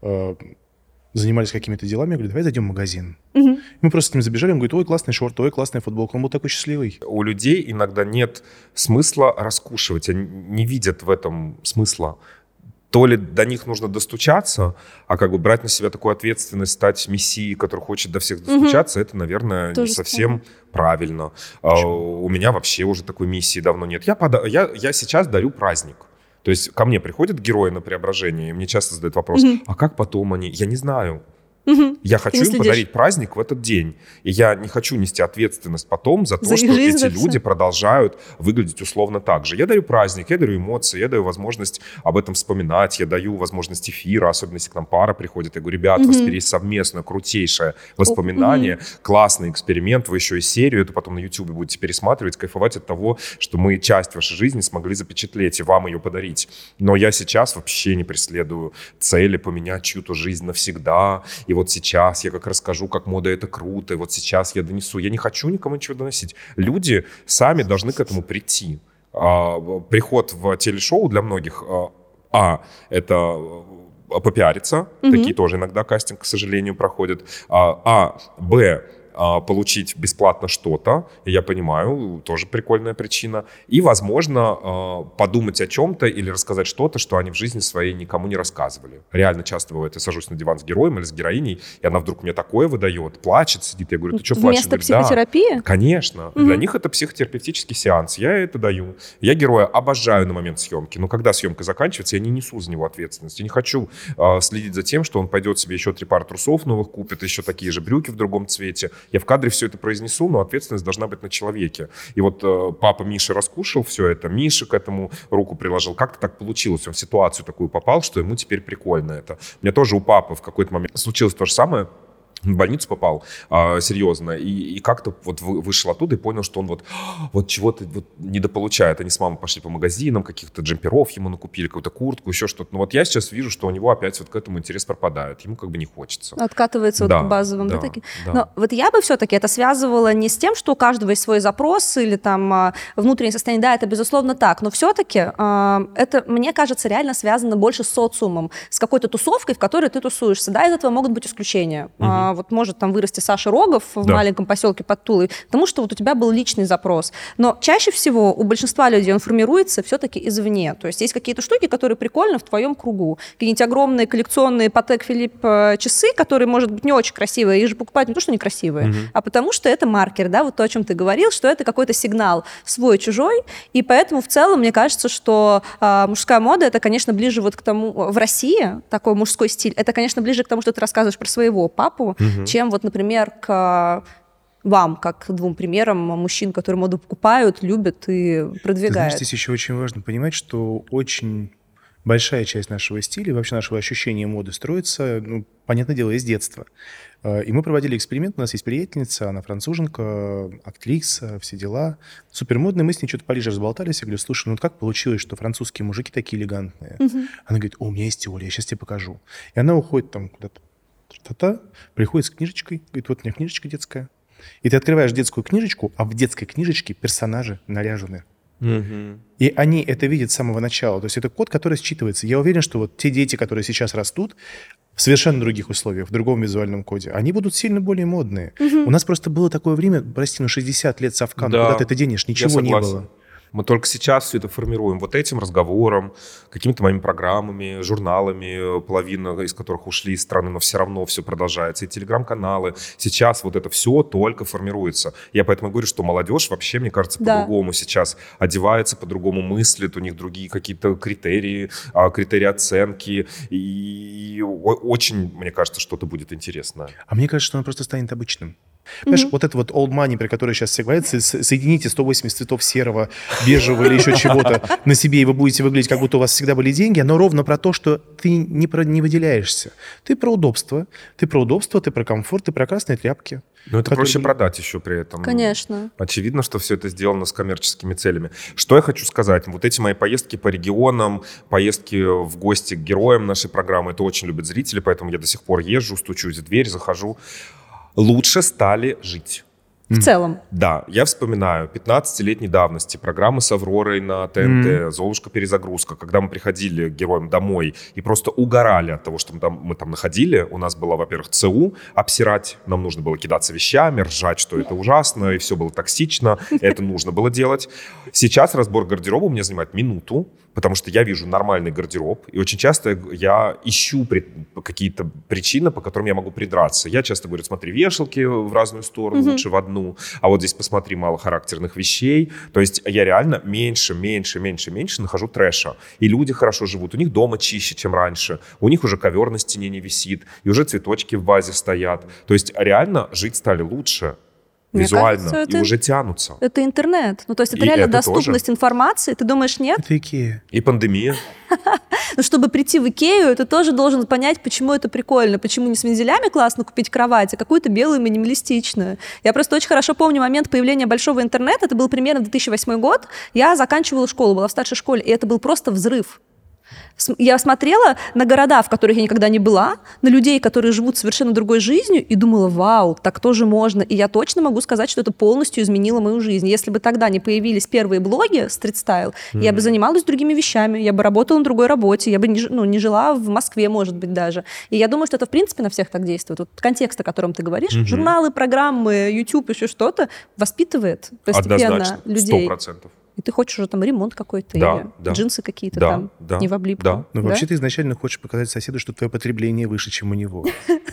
занимались какими-то делами. Я говорю, давай зайдем в магазин. Мы просто с ним забежали, он говорит, ой, классный шорт, ой, классная футболка. Он был такой счастливый. У людей иногда нет смысла раскушивать. Они не видят в этом смысла. то ли до них нужно достучаться, а как бы брать на себя такую ответственность, стать мессией, который хочет до всех достучаться, это, наверное, Тоже не совсем правильно. У меня вообще уже такой миссии давно нет. Я сейчас дарю праздник. То есть ко мне приходят герои на Преображение, и мне часто задают вопрос, а как потом они? Я не знаю. Я хочу им подарить праздник в этот день. И я не хочу нести ответственность потом за то, что эти люди продолжают выглядеть условно так же. Я дарю праздник, я дарю эмоции, я даю возможность об этом вспоминать, я даю возможность эфира, особенно если к нам пара приходит. Я говорю, ребят, у вас теперь есть совместное, крутейшее воспоминание, классный эксперимент, вы еще и серию эту потом на YouTube будете пересматривать, кайфовать от того, что мы часть вашей жизни смогли запечатлеть и вам ее подарить. Но я сейчас вообще не преследую цели поменять чью-то жизнь навсегда. И вот сейчас я как расскажу, как мода это круто, и вот сейчас я донесу. Я не хочу никому ничего доносить. Люди сами должны к этому прийти. Приход в телешоу для многих, это попиариться, такие тоже иногда кастинг, к сожалению, проходят, б, получить бесплатно что-то, я понимаю, тоже прикольная причина, и, возможно, подумать о чем-то или рассказать что-то, что они в жизни своей никому не рассказывали. Реально часто бывает, я сажусь на диван с героем или с героиней, и она вдруг мне такое выдает, плачет, сидит, я говорю, ты что плачешь? Вместо психотерапии? Да, конечно. Для них это психотерапевтический сеанс, я это даю. Я героя обожаю на момент съемки, но когда съемка заканчивается, я не несу за него ответственность. Я не хочу следить за тем, что он пойдет себе еще 3 пары трусов новых купит, еще такие же брюки в другом цвете. Я в кадре все это произнесу, но ответственность должна быть на человеке. И вот папа Миши раскушал все это, Миша к этому руку приложил. Как-то так получилось. Он в ситуацию такую попал, что ему теперь прикольно это. У меня тоже у папы в какой-то момент случилось то же самое. В больницу попал серьезно, и как-то вот вышел оттуда и понял, что он вот чего-то вот недополучает. Они с мамой пошли по магазинам, каких-то джемперов ему накупили, какую-то куртку, еще что-то. Но вот я сейчас вижу, что у него опять вот к этому интерес пропадает. Ему как бы не хочется. Откатывается вот к базовым, да, таким. Да. Но вот я бы все-таки это связывала не с тем, что у каждого есть свой запрос или там внутреннее состояние. Да, это безусловно так, но все-таки это, мне кажется, реально связано больше с социумом, с какой-то тусовкой, в которой ты тусуешься. Да, из этого могут быть исключения. Вот может там вырасти Саша Рогов в маленьком поселке под Тулой, потому что вот у тебя был личный запрос. Но чаще всего у большинства людей он формируется все-таки извне. То есть есть какие-то штуки, которые прикольны в твоем кругу. Какие-нибудь огромные коллекционные Patek Philippe часы, которые, может быть, не очень красивые. Их же покупают не то, что некрасивые, а потому что это маркер, да, вот то, о чем ты говорил, что это какой-то сигнал свой-чужой. И поэтому в целом мне кажется, что мужская мода, это, конечно, ближе вот к тому... В России такой мужской стиль, это, конечно, ближе к тому, что ты рассказываешь про своего папу, чем вот, например, к вам, как к 2 примерам мужчин, которые моду покупают, любят и продвигают. Ты знаешь, здесь еще очень важно понимать, что очень большая часть нашего стиля, вообще нашего ощущения моды строится, понятное дело, из детства. И мы проводили эксперимент, у нас есть приятельница, она француженка, актриса, все дела, супермодная, мы с ней что-то поближе разболтались, я говорю, слушай, ну как получилось, что французские мужики такие элегантные? Она говорит, у меня есть теория, я сейчас тебе покажу. И она уходит там куда-то, приходит с книжечкой, говорит, вот у меня книжечка детская. И ты открываешь детскую книжечку, а в детской книжечке персонажи наряжены. И они это видят с самого начала. То есть это код, который считывается. Я уверен, что вот те дети, которые сейчас растут в совершенно других условиях, в другом визуальном коде, они будут сильно более модные. У нас просто было такое время, прости, 60 лет совка, куда ты это денешь, ничего не было. Мы только сейчас все это формируем вот этим разговором, какими-то моими программами, журналами, половина из которых ушли из страны, но все равно все продолжается. И телеграм-каналы. Сейчас вот это все только формируется. Я поэтому говорю, что молодежь вообще, мне кажется, по-другому сейчас одевается, по-другому мыслит, у них другие какие-то критерии оценки. И очень, мне кажется, что-то будет интересное. А мне кажется, что оно просто станет обычным. Понимаешь, вот это вот old money, про который сейчас все говорят, соедините 180 цветов серого, бежевого или еще чего-то на себе, и вы будете выглядеть, как будто у вас всегда были деньги, оно ровно про то, что ты не выделяешься. Ты про удобство, ты про комфорт, ты про красные тряпки. Но это проще продать еще при этом. Конечно. Очевидно, что все это сделано с коммерческими целями. Что я хочу сказать? Вот эти мои поездки по регионам, поездки в гости к героям нашей программы, это очень любят зрители, поэтому я до сих пор езжу, стучусь в дверь, захожу. Лучше стали жить. В целом. Да, я вспоминаю 15-летней давности программы с Авророй на ТНТ, «Золушка. Перезагрузка», когда мы приходили к героям домой и просто угорали от того, что мы там находили. У нас было, во-первых, ЦУ обсирать, нам нужно было кидаться вещами, ржать, что это ужасно, и все было токсично, это нужно было делать. Сейчас разбор гардероба у меня занимает минуту, потому что я вижу нормальный гардероб, и очень часто я ищу какие-то причины, по которым я могу придраться. Я часто говорю, смотри, вешалки в разную сторону, лучше в одну, а вот здесь посмотри, мало характерных вещей. То есть я реально меньше нахожу трэша. И люди хорошо живут, у них дома чище, чем раньше, у них уже ковер на стене не висит, и уже цветочки в вазе стоят. То есть реально жить стали лучше. Визуально, кажется, и уже тянутся. Это интернет. Ну, то есть это и реально это доступность тоже. Информации. Ты думаешь, нет? Это Икея. И пандемия. Но чтобы прийти в Икею, ты тоже должен понять, почему это прикольно. Почему не с вензелями классно купить кровать, а какую-то белую минималистичную. Я просто очень хорошо помню момент появления большого интернета. Это был примерно 2008 год. Я заканчивала школу, была в старшей школе, и это был просто взрыв. Я смотрела на города, в которых я никогда не была, на людей, которые живут совершенно другой жизнью, и думала, вау, так тоже можно. И я точно могу сказать, что это полностью изменило мою жизнь. Если бы тогда не появились первые блоги стрит-стайл, я бы занималась другими вещами, я бы работала на другой работе, я бы не жила в Москве, может быть, даже. И я думаю, что это, в принципе, на всех так действует. Вот контекст, о котором ты говоришь, журналы, программы, YouTube, еще что-то, воспитывает постепенно людей. 100%. И ты хочешь уже там ремонт какой-то, или джинсы какие-то там, не в облипку. Да. Но вообще ты изначально хочешь показать соседу, что твое потребление выше, чем у него.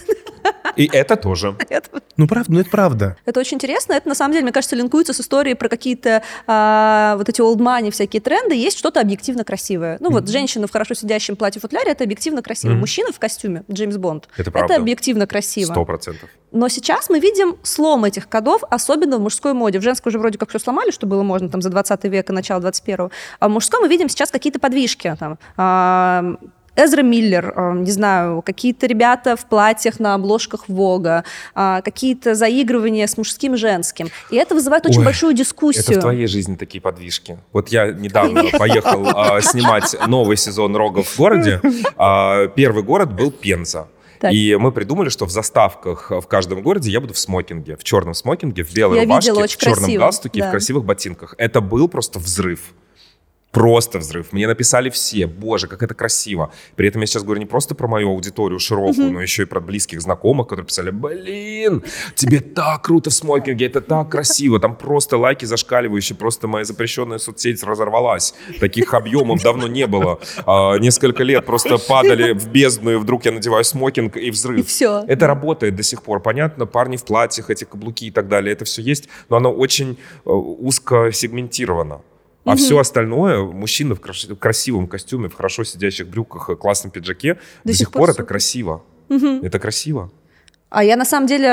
И это тоже. Ну, правда, это правда. Это очень интересно. Это, на самом деле, мне кажется, линкуется с историей про какие-то вот эти old money, всякие тренды. Есть что-то объективно красивое. Ну, вот женщина в хорошо сидящем платье-футляре — это объективно красиво. Мужчина в костюме, Джеймс Бонд — это объективно красиво. 100%. Но сейчас мы видим слом этих кодов, особенно в мужской моде. В женской уже вроде как все сломали, что было можно там за 20 век и начало 21-го. А в мужской мы видим сейчас какие-то подвижки. Там, Эзра Миллер, не знаю, какие-то ребята в платьях на обложках Вога, какие-то заигрывания с мужским и женским. И это вызывает очень большую дискуссию. Это в твоей жизни такие подвижки. Вот я недавно поехал снимать новый сезон «Рогов» в городе. Первый город был Пенза. Так. И мы придумали, что в заставках в каждом городе я буду в смокинге, в черном смокинге, в белой рубашке, в черном галстуке и в красивых ботинках. Это был просто взрыв. Просто взрыв. Мне написали все, боже, как это красиво. При этом я сейчас говорю не просто про мою аудиторию широкую, но еще и про близких знакомых, которые писали, блин, тебе так круто в смокинге, это так красиво. Там просто лайки зашкаливающие, просто моя запрещенная соцсеть разорвалась. Таких объемов давно не было. Несколько лет просто падали в бездну, и вдруг я надеваю смокинг, и взрыв. И все. Это работает до сих пор. Понятно, парни в платьях, эти каблуки и так далее, это все есть, но оно очень узко сегментировано. А все остальное, мужчина в красивом костюме, в хорошо сидящих брюках, классном пиджаке, до сих пор это красиво. Это красиво. А я, на самом деле,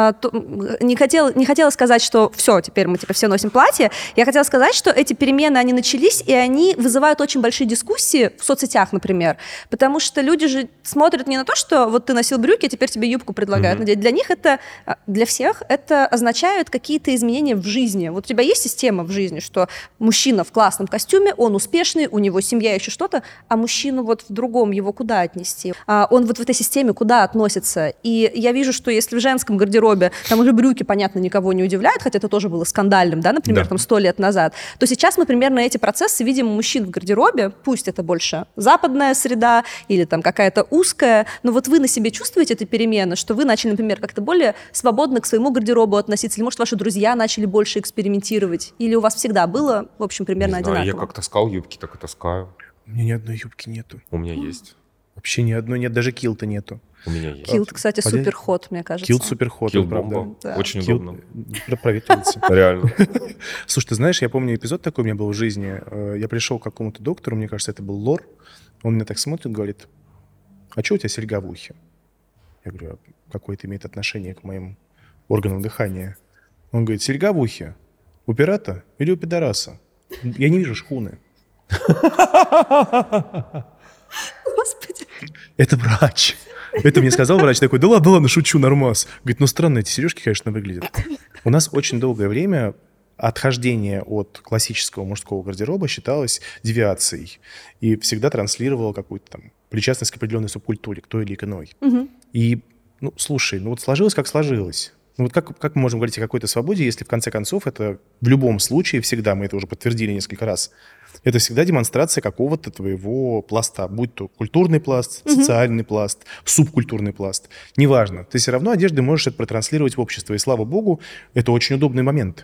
не хотела сказать, что все, теперь мы все носим платье. Я хотела сказать, что эти перемены, они начались, и они вызывают очень большие дискуссии в соцсетях, например. Потому что люди же смотрят не на то, что вот ты носил брюки, а теперь тебе юбку предлагают надеть. Для них это, для всех это означает какие-то изменения в жизни. Вот у тебя есть система в жизни, что мужчина в классном костюме, он успешный, у него семья, еще что-то, а мужчину вот в другом его куда отнести? Он вот в этой системе куда относится? И я вижу, что если в женском гардеробе там уже брюки, понятно, никого не удивляют, хотя это тоже было скандальным, да, например, там 100 лет назад, то сейчас мы примерно эти процессы видим у мужчин в гардеробе, пусть это больше западная среда или там какая-то узкая, но вот вы на себе чувствуете эти перемены, что вы начали, например, как-то более свободно к своему гардеробу относиться, или, может, ваши друзья начали больше экспериментировать, или у вас всегда было, в общем, примерно одинаково? Я как таскал юбки, так и таскаю. У меня ни одной юбки нету. У меня есть. Вообще ни одной нет, даже килта нету. У меня есть. Килт, кстати, супер ход, мне кажется. Килт супер ход, правда. Да. Очень удобно. Проветривается. Реально. Слушай, ты знаешь, я помню эпизод такой у меня был в жизни. Я пришел к какому-то доктору, мне кажется, это был Лор. Он меня так смотрит, говорит, а что у тебя серьга в ухе? Я говорю, а какое это имеет отношение к моим органам дыхания? Он говорит, серьга в ухе у пирата или у пидораса? Я не вижу шхуны. Господи. Это врач. Это мне сказал врач такой, да ладно, шучу, нормас. Говорит, ну странно, эти сережки, конечно, выглядят. У нас очень долгое время отхождение от классического мужского гардероба считалось девиацией и всегда транслировало какую-то там причастность к определенной субкультуре, к той или иной. И, ну, слушай, ну вот сложилось, как сложилось. Ну вот как мы можем говорить о какой-то свободе, если в конце концов это в любом случае всегда, мы это уже подтвердили несколько раз, это всегда демонстрация какого-то твоего пласта, будь то культурный пласт, социальный пласт, субкультурный пласт. Неважно. Ты все равно одеждой можешь это протранслировать в общество. И слава богу, это очень удобный момент.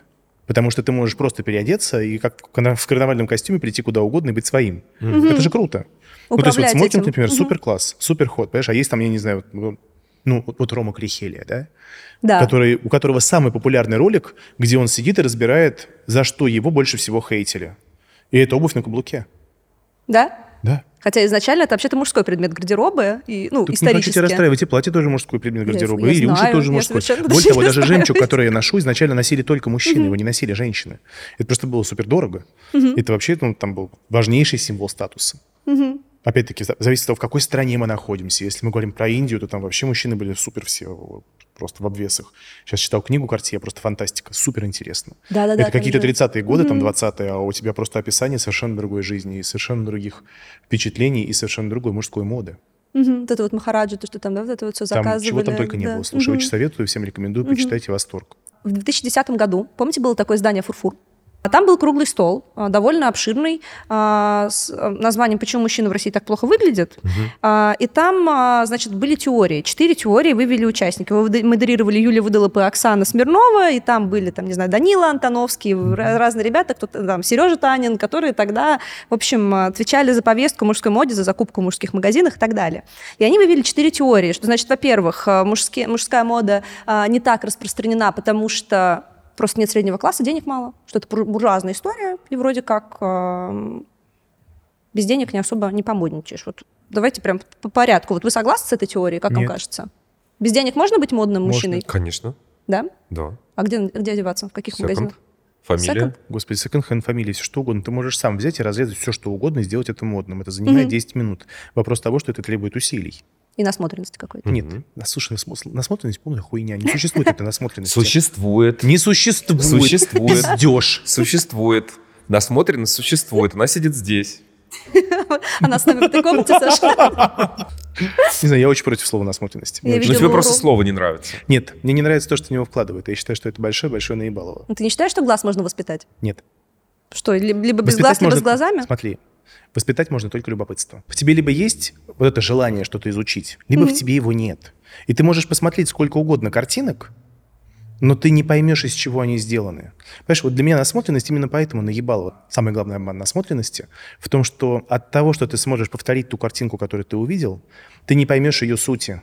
Потому что ты можешь просто переодеться и как в карнавальном костюме прийти куда угодно и быть своим. Это же круто. Ну, то есть вот смокинг, например, супер класс, супер ход, понимаешь? А есть там, я не знаю, вот Рома Крихелия, да? Да. У которого самый популярный ролик, где он сидит и разбирает, за что его больше всего хейтили. И это обувь на каблуке. Да? Да. Хотя изначально это вообще-то мужской предмет гардероба, и, Тут исторически. не хочу тебя расстраивать, и платье тоже мужской предмет гардероба, и рюши тоже мужской. Более того, даже жемчуг, который я ношу, изначально носили только мужчины, его не носили женщины. Это просто было супер дорого. Это вообще там был важнейший символ статуса. Опять-таки, зависит от того, в какой стране мы находимся. Если мы говорим про Индию, то там вообще мужчины были супер все, просто в обвесах. Сейчас читал книгу Картье, просто фантастика, супер интересно. Да, это какие-то 30-е годы, там 20-е, а у тебя просто описание совершенно другой жизни, и совершенно других впечатлений, и совершенно другой мужской моды. Вот это вот Махараджа, то, что там, да, вот это вот все заказывали. Чего там только не было. Слушай, очень советую, всем рекомендую, почитайте, восторг. В 2010 году, помните, было такое издание «Фурфур»? Там был круглый стол, довольно обширный, с названием «Почему мужчины в России так плохо выглядят?». И там, значит, были теории. 4 теории вывели участники. Модерировали Юлия Выдолоп и Оксана Смирнова, и там были, там, не знаю, Данила Антоновский, разные ребята, кто-то там, Сережа Танин, которые тогда, в общем, отвечали за повестку мужской моде, за закупку в мужских магазинах и так далее. И они вывели 4 теории, что, значит, во-первых, мужская мода не так распространена, потому что просто нет среднего класса, денег мало, что это буржуазная история, и вроде как без денег не особо не помодничаешь. Вот давайте прям по порядку. Вот вы согласны с этой теорией, как вам кажется? Без денег можно быть модным мужчиной? Конечно. Да? Да. А где одеваться? В каких магазинах? Фамилия. Господи, секонд-хенд, фамилия, все что угодно. Ты можешь сам взять и разрезать все, что угодно, и сделать это модным. Это занимает 10 минут. Вопрос того, что это требует усилий. И насмотренности какой-то. Нет, слушай, насмотренность полная хуйня. Не существует этой насмотренности. Существует. Не существует. Существует. Пиздёж. Существует. Насмотренность существует. Она сидит здесь. Она с нами в этой комнате, Саша. Не знаю, я очень против слова насмотренности. Я Но видела тебе просто урок. слово не нравится. Нет, мне не нравится то, что в него вкладывают. Я считаю, что это большое-большое наебалово. Ну, ты не считаешь, что глаз можно воспитать? Нет. Что, либо без Воспитать глаз, либо можно- с глазами? Смотри, воспитать можно только любопытство. В тебе либо есть вот это желание что-то изучить, либо в тебе его нет. И ты можешь посмотреть сколько угодно картинок, но ты не поймешь, из чего они сделаны. Понимаешь, вот для меня насмотренность именно поэтому наебалово. Самый главный обман насмотренности в том, что от того, что ты сможешь повторить ту картинку, которую ты увидел, ты не поймешь ее сути.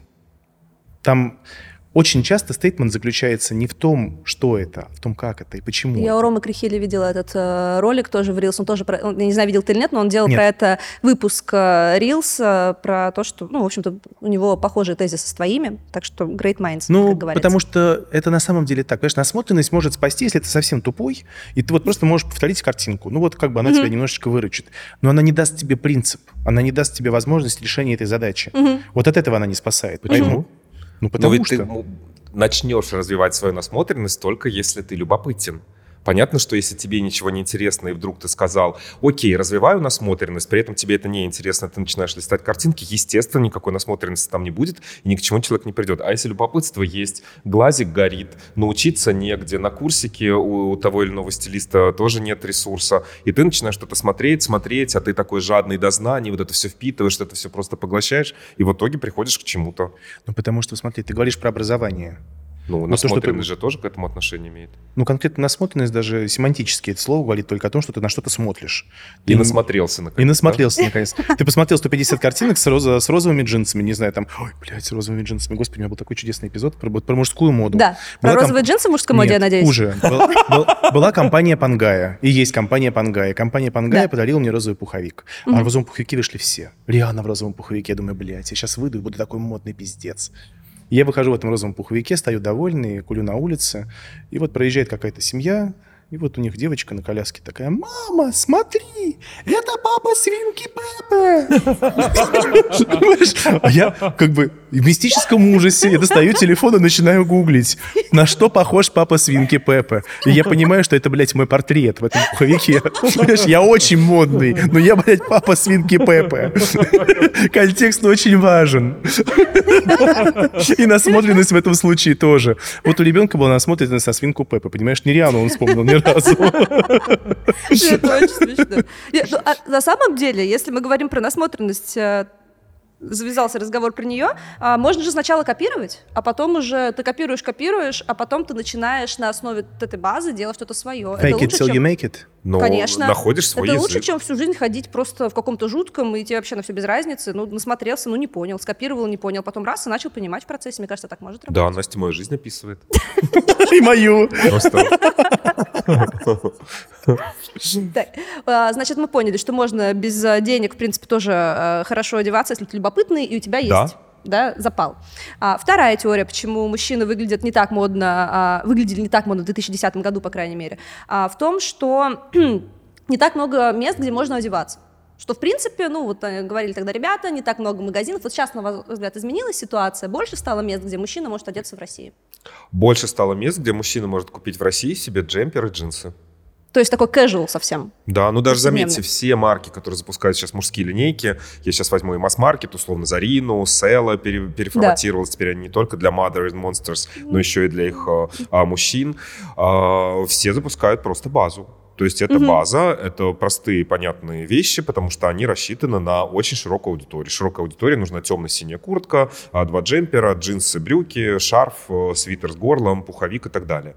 Там очень часто стейтмент заключается не в том, что это, а в том, как это и почему. Я у Ромы Крихели видела этот ролик тоже в Reels. Он тоже, я не знаю, видел ты или нет, но он делал Нет. про это выпуск Reels, про то, что, в общем-то, у него похожие тезисы с твоими, так что great minds, как говорится. Потому что это на самом деле так. Понимаешь, насмотренность может спасти, если ты совсем тупой, и ты вот просто можешь повторить картинку. Ну вот как бы она тебя немножечко выручит. Но она не даст тебе принцип, она не даст тебе возможность решения этой задачи. Вот от этого она не спасает. Почему? Ну, Но потому ведь что... ты начнешь развивать свою насмотренность только если ты любопытен. Понятно, что если тебе ничего не интересно, и вдруг ты сказал, окей, развиваю насмотренность, при этом тебе это не интересно, ты начинаешь листать картинки, естественно, никакой насмотренности там не будет, и ни к чему человек не придет. А если любопытство есть, глазик горит, научиться негде, на курсике у того или иного стилиста тоже нет ресурса, и ты начинаешь что-то смотреть, а ты такой жадный до знаний, вот это все впитываешь, это все просто поглощаешь, и в итоге приходишь к чему-то. Ну, потому что, смотри, ты говоришь про образование. Ну, то, что насмотренность ты- же тоже к этому отношение имеет. Ну, конкретно насмотренность, даже семантически это слово говорит только о том, что ты на что-то смотришь. И Ты- насмотрелся, наконец. И насмотрелся, наконец. Ты посмотрел 150 картинок с розовыми джинсами, не знаю, там, ой, блядь, с розовыми джинсами. Господи, у меня был такой чудесный эпизод про мужскую моду. Да, про Была розовые джинсы в мужской моде, Нет, я надеюсь. хуже. Была компания Пангая, и есть компания Пангая. Компания Пангая Да. подарила мне розовый пуховик. А в розовом пуховике вышли все. Риана в розовом пуховике. Я думаю, блядь, я сейчас выйду и буду такой модный пиздец. И я выхожу в этом розовом пуховике, стою довольный, курю на улице, и вот проезжает какая-то семья, и вот у них девочка на коляске такая: «Мама, смотри, это папа свинки Пеппа!» А я как бы в мистическом ужасе, я достаю телефон и начинаю гуглить, на что похож папа свинки Пеппа. И я понимаю, что это, блядь, мой портрет в этом пуховике. Понимаешь, я очень модный, но я, блядь, папа свинки Пеппа. Контекст очень важен. И насмотренность в этом случае тоже. Вот у ребенка была насмотренность на свинку Пеппа. Понимаешь, не Риану он вспомнил ни разу. Это очень смешно. На самом деле, если мы говорим про насмотренность, завязался разговор про нее, можно же сначала копировать, а потом уже ты копируешь, а потом ты начинаешь на основе этой базы делать что-то свое. Fake it till you make it. Но Конечно. находишь свой это язык. лучше, чем всю жизнь ходить просто в каком-то жутком, и тебе вообще на все без разницы. Ну, насмотрелся, не понял, скопировал, не понял, потом раз и начал понимать в процессе. Мне кажется, так может работать. Да, Настя мою жизнь описывает. И мою. Просто. Так, значит, мы поняли, что можно без денег, в принципе, тоже хорошо одеваться, если ты любопытный, и у тебя есть запал. Вторая теория, почему мужчины выглядели не так модно в 2010 году, по крайней мере, в том, что не так много мест, где можно одеваться. Что, в принципе, говорили тогда ребята, не так много магазинов. Вот сейчас, на ваш взгляд, изменилась ситуация? Больше стало мест, где мужчина может одеться в России? Больше стало мест, где мужчина может купить в России себе джемпер и джинсы. То есть такой casual совсем. Да, даже заметьте, все марки, которые запускают сейчас мужские линейки, я сейчас возьму и масс-маркет, условно, Зарину, Села переформатировалась, теперь они не только для Mother and Monsters, но еще и для их мужчин. Все запускают просто базу. То есть это база, это простые, понятные вещи, потому что они рассчитаны на очень широкую аудиторию. Широкая аудитория нужна темно-синяя куртка, 2 джемпера, джинсы, брюки, шарф, свитер с горлом, пуховик и так далее.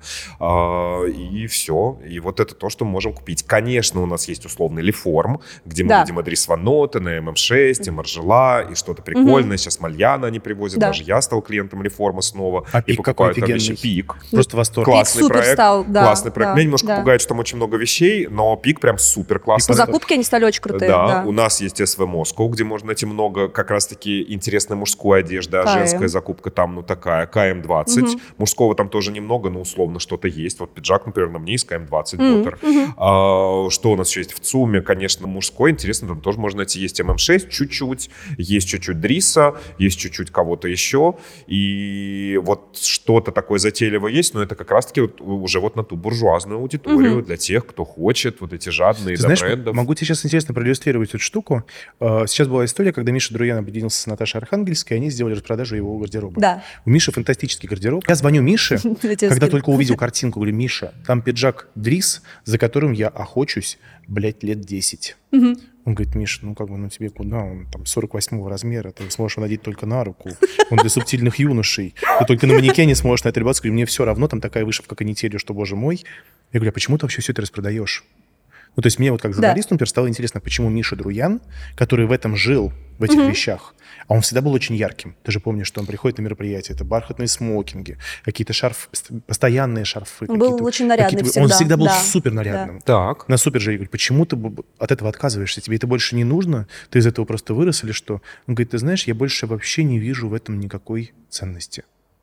И все. И вот это то, что мы можем купить. Конечно, у нас есть условный Леформ, где мы видим Идрис Ван Нотен, и ММ6, и Маржела, и что-то прикольное. Сейчас Мальяна они привозят. Даже я стал клиентом Леформа снова. А Пик какой офигенный. Пик. Просто восторг. Классный проект. Стал, классный проект. Меня немножко пугает, что там очень много вещей, но Пик прям супер классный. По закупке они стали очень крутые. Да, у нас есть SV Moscow, где можно найти много как раз-таки интересной мужской одежды, а женская закупка там, такая, КМ-20. Мужского там тоже немного, но условно что-то есть. Вот пиджак, например, на мне из КМ-20 Боттер. Что у нас еще есть в ЦУМе? Конечно, мужской, интересно, там тоже можно найти. Есть ММ6 чуть-чуть, есть чуть-чуть Дриса, есть чуть-чуть кого-то еще. И вот что-то такое затейливое есть, но это как раз-таки уже на ту буржуазную аудиторию, для тех, кто хочет, вот эти жадные до брендов. Могу тебе сейчас интересно проиллюстрировать эту штуку. Сейчас была история, когда Миша Друян объединился с Наташей Архангельской, и они сделали распродажу его гардероба. Да. У Миши фантастический гардероб. Я звоню Мише, когда только увидел картинку, говорю: Миша, там пиджак Дрис, за которым я охочусь, лет 10. Он говорит: Миш, тебе куда? Он там 48-го размера, ты сможешь его надеть только на руку. Он для субтильных юношей. Ты только на манекене сможешь на это любоваться. Говорю: мне все равно, там такая вышивка канителью, что, боже мой. Я говорю: а почему ты вообще все это распродаешь? То есть мне как журналисту, например, стало интересно, почему Миша Друян, который в этом жил, в этих вещах, а он всегда был очень ярким. Ты же помнишь, что он приходит на мероприятие, это бархатные смокинги, какие-то постоянные шарфы. Он был очень нарядный всегда. Он всегда был супер нарядным. Так. На супер же. Я говорю: почему ты от этого отказываешься? Тебе это больше не нужно? Ты из этого просто вырос или что? Он говорит: ты знаешь, я больше вообще не вижу в этом никакой ценности.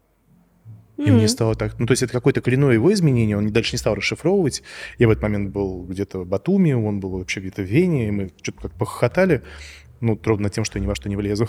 И мне стало так... то есть это какое-то коренное его изменение, он дальше не стал расшифровывать. Я в этот момент был где-то в Батуми, он был вообще где-то в Вене, и мы что-то как похохотали. Ровно тем, что я ни во что не влезу.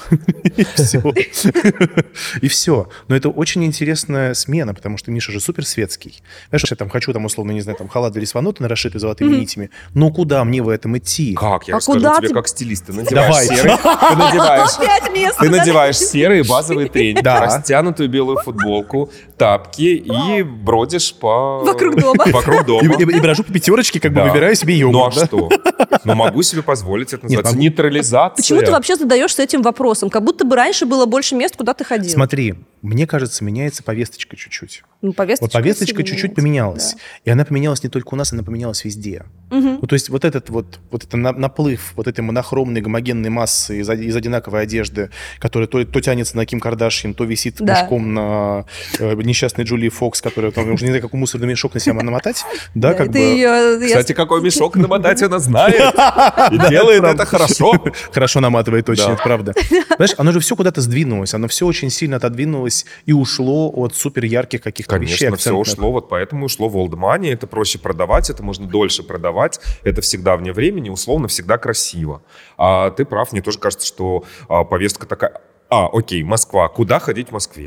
И все. Но это очень интересная смена, потому что Миша же супер светский. Знаешь, я хочу, условно, не знаю, халат для Идрис Ван Нотена, расшитый золотыми нитями. Но куда мне в этом идти? Как? Я расскажу тебе, как стилист. Ты надеваешь серый, ты надеваешь серые базовые треники, растянутую белую футболку, тапки и бродишь вокруг дома. И брожу по пятерочке, выбираю себе йогурт. Ну а что? Могу себе позволить, это называется нейтрализация. Почему ты вообще задаешься этим вопросом? Как будто бы раньше было больше мест, куда ты ходил. Смотри, мне кажется, меняется повесточка чуть-чуть. Повесточка чуть-чуть поменялась. Да. И она поменялась не только у нас, она поменялась везде. То есть вот этот наплыв этой монохромной гомогенной массы из одинаковой одежды, которая то тянется на Ким Кардашьян, то висит мешком на несчастной Джулии Фокс, которая уже не знаю, как мусорный мешок на себя намотать. Кстати, какой мешок намотать она знает. И делает это хорошо. Хорошо наматывает, точно, это правда. Понимаешь, оно же все куда-то сдвинулось, оно все очень сильно отодвинулось и ушло от супер ярких каких-то вещей. Конечно, все ушло, поэтому ушло в old money, это проще продавать, это можно дольше продавать, это всегда вне времени, условно, всегда красиво. А ты прав, мне тоже кажется, что повестка такая... Окей, Москва, куда ходить в Москве?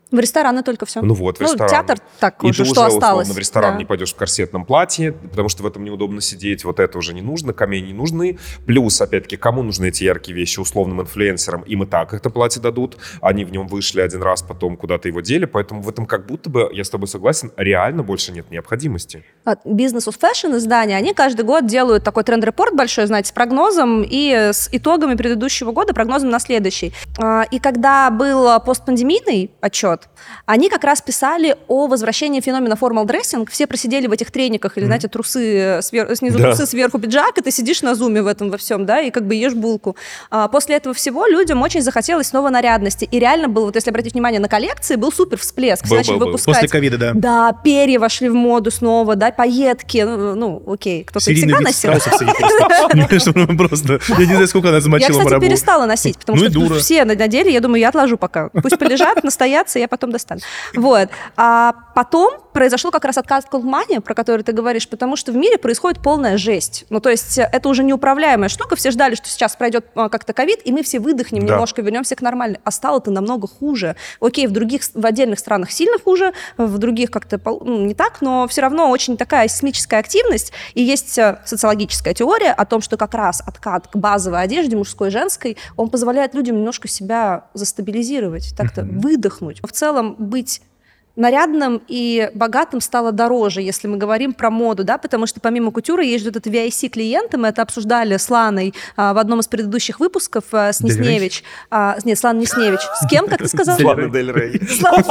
В рестораны только все. Ну вот, в ресторан. Театр так и уже, ты что уже, осталось. условно, в ресторан Да. не пойдешь в корсетном платье, потому что в этом неудобно сидеть, вот это уже не нужно, камни не нужны. Плюс, опять-таки, кому нужны эти яркие вещи? Условным инфлюенсерам им и так это платье дадут, они в нем вышли один раз, потом куда-то его дели, поэтому в этом как будто бы, я с тобой согласен, реально больше нет необходимости. Бизнес of Fashion издания, они каждый год делают такой тренд-репорт большой, знаете, с прогнозом и с итогами предыдущего года, прогнозом на следующий. И когда был постпандемийный отчет, они как раз писали о возвращении феномена формал-дрессинг. Все просидели в этих трениках или, знаете, трусы снизу Да. трусы, сверху пиджак, и ты сидишь на зуме в этом во всем, да, и как бы ешь булку. После этого всего людям очень захотелось снова нарядности. И реально был, вот если обратить внимание на коллекции, был супер всплеск. Все начали Был. выпускать. После ковида, да. Да, перья вошли в моду снова, да, пайетки, ну окей, кто-то их Серийный всегда вид носил. страусов сидит просто. Понимаешь, просто. Я не знаю, сколько она Я, замочила кстати, марабу. перестала носить, потому Ну и что дура. все надели, я думаю, я отложу пока. Пусть полежат, настоятся, я потом достану. Вот. А потом произошел как раз откат от колдмания, про который ты говоришь, потому что в мире происходит полная жесть. Ну, то есть это уже неуправляемая штука. Все ждали, что сейчас пройдет как-то ковид, и мы все выдохнем Да. немножко, вернемся к нормальному. А стало-то намного хуже. Окей, в отдельных странах сильно хуже, в других как-то не так, но все равно очень такая сейсмическая активность. И есть социологическая теория о том, что как раз откат к базовой одежде, мужской и женской, он позволяет людям немножко себя застабилизировать, так-то выдохнуть. В целом быть нарядным и богатым стало дороже, если мы говорим про моду, да, потому что помимо кутюры есть же вот это VIC-клиенты, мы это обсуждали с Ланой в одном из предыдущих выпусков с Несневич. Нет, с Ланой Несневич. С кем, как ты сказал? Лана Дель Рей.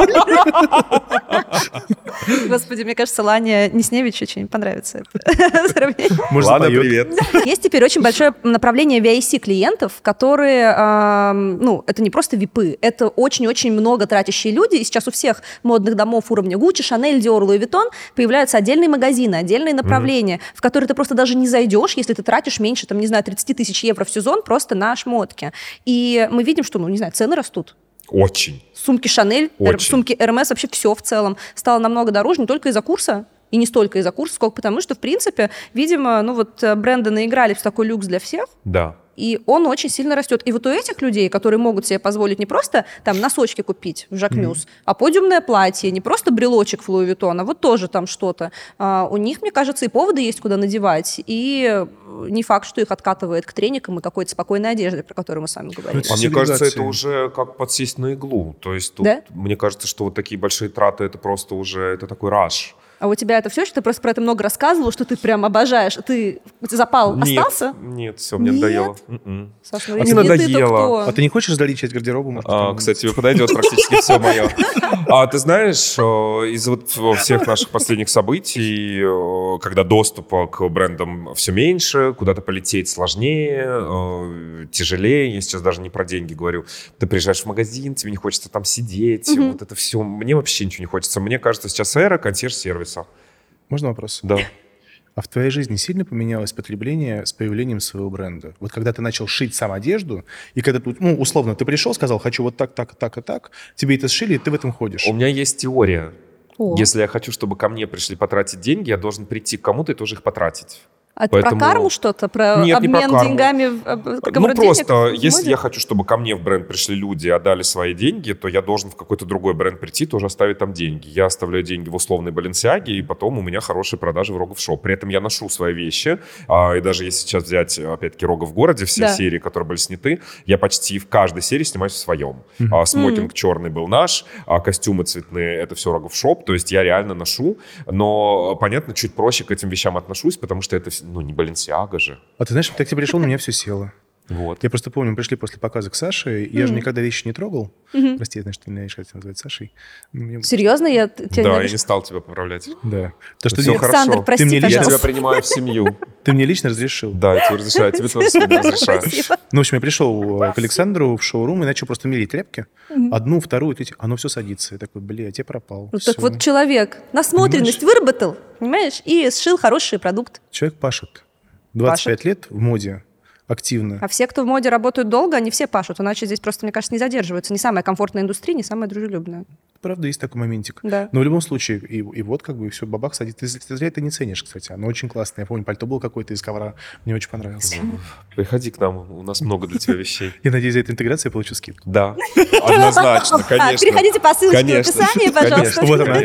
Господи, мне кажется, Лане Несневич очень понравится это сравнение. Может, Ладно, запоет. привет. Есть теперь очень большое направление VIC-клиентов, которые, это не просто випы, это очень-очень много тратящие люди, и сейчас у всех модных домов уровня Gucci, Chanel, Dior, Louis Vuitton появляются отдельные магазины, отдельные направления, в которые ты просто даже не зайдешь, если ты тратишь меньше, 30 тысяч евро в сезон просто на шмотки. И мы видим, что, цены растут. Очень. Сумки Chanel, Очень. сумки Hermes, вообще все в целом стало намного дороже, не только из-за курса, и не столько из-за курса, сколько потому, что, в принципе, видимо, бренды наигрались в такой люкс для всех, Да. и он очень сильно растет. И вот у этих людей, которые могут себе позволить не просто там носочки купить в Жакмюз, а подиумное платье, не просто брелочек в Луи Vuitton, а вот тоже там что-то, у них, мне кажется, и поводы есть, куда надевать, и не факт, что их откатывает к треникам и какой-то спокойной одежде, про которую мы с вами говорили. Это А мне кажется, это сегрегация. уже как подсесть на иглу. То есть тут, Да? мне кажется, что вот такие большие траты, это просто уже, это такой раш. А у тебя это все, что ты просто про это много рассказывал, что ты прям обожаешь, ты запал остался? Нет, все, мне Нет? надоело. М-м. Саша, А если мне не ты, то надоело. кто? А ты не хочешь сдалить часть гардероба? Может, там- Кстати, тебе подойдет практически все мое. Ты знаешь, из вот всех наших последних событий, когда доступа к брендам все меньше, куда-то полететь сложнее, тяжелее, я сейчас даже не про деньги говорю, ты приезжаешь в магазин, тебе не хочется там сидеть, вот это все, мне вообще ничего не хочется. Мне кажется, сейчас эра консьерж-сервиса. Можно вопрос? Да. А в твоей жизни сильно поменялось потребление с появлением своего бренда? Вот когда ты начал шить сам одежду, и когда тут, условно, ты пришел, сказал, хочу вот так, так, так и так, тебе это сшили, и ты в этом ходишь. У меня есть теория. О. Если я хочу, чтобы ко мне пришли потратить деньги, я должен прийти к кому-то и тоже их потратить. А это Поэтому- про карму что-то? Про Нет, не про обмен карму. деньгами? Просто, если я хочу, чтобы ко мне в бренд пришли люди и отдали свои деньги, то я должен в какой-то другой бренд прийти, тоже оставить там деньги. Я оставляю деньги в условной Баленсиаге, и потом у меня хорошие продажи в Рогов Шоп. При этом я ношу свои вещи, и даже если сейчас взять, опять-таки, Рога в городе, все Да. серии, которые были сняты, я почти в каждой серии снимаюсь в своем. Смокинг черный был наш, костюмы цветные, это все Рогов Шоп, то есть я реально ношу, но, понятно, чуть проще к этим вещам отношусь, потому что это, не Баленсиага же. А ты знаешь, как ты пришел, на меня все село. Вот. Я просто помню, мы пришли после показа к Саше, и я же никогда вещи не трогал. Прости, я знаю, что ты меня решаешь называть Сашей. Серьезно? Я тебя Да, не я не стал тебя поправлять. Да. То, что Всё ты, хорошо. Александр, прости, Ты мне лично- Я пожалуйста. тебя принимаю в семью. ты мне лично разрешил. Да, я тебе разрешаю, тебе тоже сегодня разрешаю. Спасибо. Ну, в общем, я пришел к Александру в шоурум и начал просто мерить тряпки. Одну, вторую, третью. Оно все садится. Я такой, я пропал. Ну, так Всё. вот человек насмотренность выработал, понимаешь, и сшил хороший продукт. Человек пашет. 25 лет в моде активно. А все, кто в моде работают долго, они все пашут, иначе здесь просто, мне кажется, не задерживаются. Не самая комфортная индустрия, не самая дружелюбная. Правда, есть такой моментик. Да. Но в любом случае, и вот как бы все, бабах садится. Ты зря это не ценишь, кстати. Оно очень классное. Я помню, пальто было какое-то из ковра. Мне очень понравилось. Приходи к нам, у нас много для тебя вещей. Я надеюсь, за эту интеграцию я получу скидку. Да, однозначно, конечно. Переходите по ссылочке Конечно, в описании, пожалуйста. Вот она.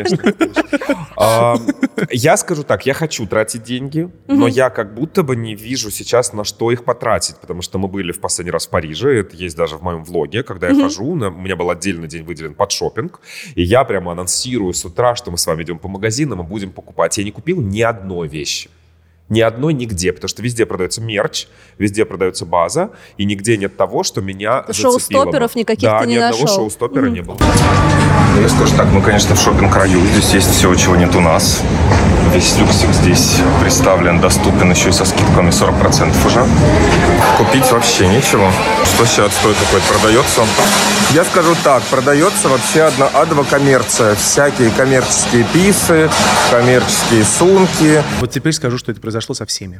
Конечно. Я скажу так, я хочу тратить деньги, но я как будто бы не вижу сейчас, на что их потратить, потому что мы были в последний раз в Париже, это есть даже в моем влоге, когда я хожу, у меня был отдельный день выделен под шопинг, и я прямо анонсирую с утра, что мы с вами идем по магазинам и будем покупать. Я не купил ни одной вещи. Ни одной нигде, потому что везде продается мерч, везде продается база, и нигде нет того, что меня зацепило. Шоу-стопперов никаких ты не Да, ни нашел. одного шоу-стоппера не было. Я скажу так, мы, конечно, в шопинг-раю. Здесь есть все, чего нет у нас. Весь люксик здесь представлен, доступен еще и со скидками 40% уже. Купить вообще нечего. Что сейчас стоит какой-то продается? Я скажу так, продается вообще одна адова коммерция. Всякие коммерческие писы, коммерческие сумки. Вот теперь скажу, что это произошло со всеми.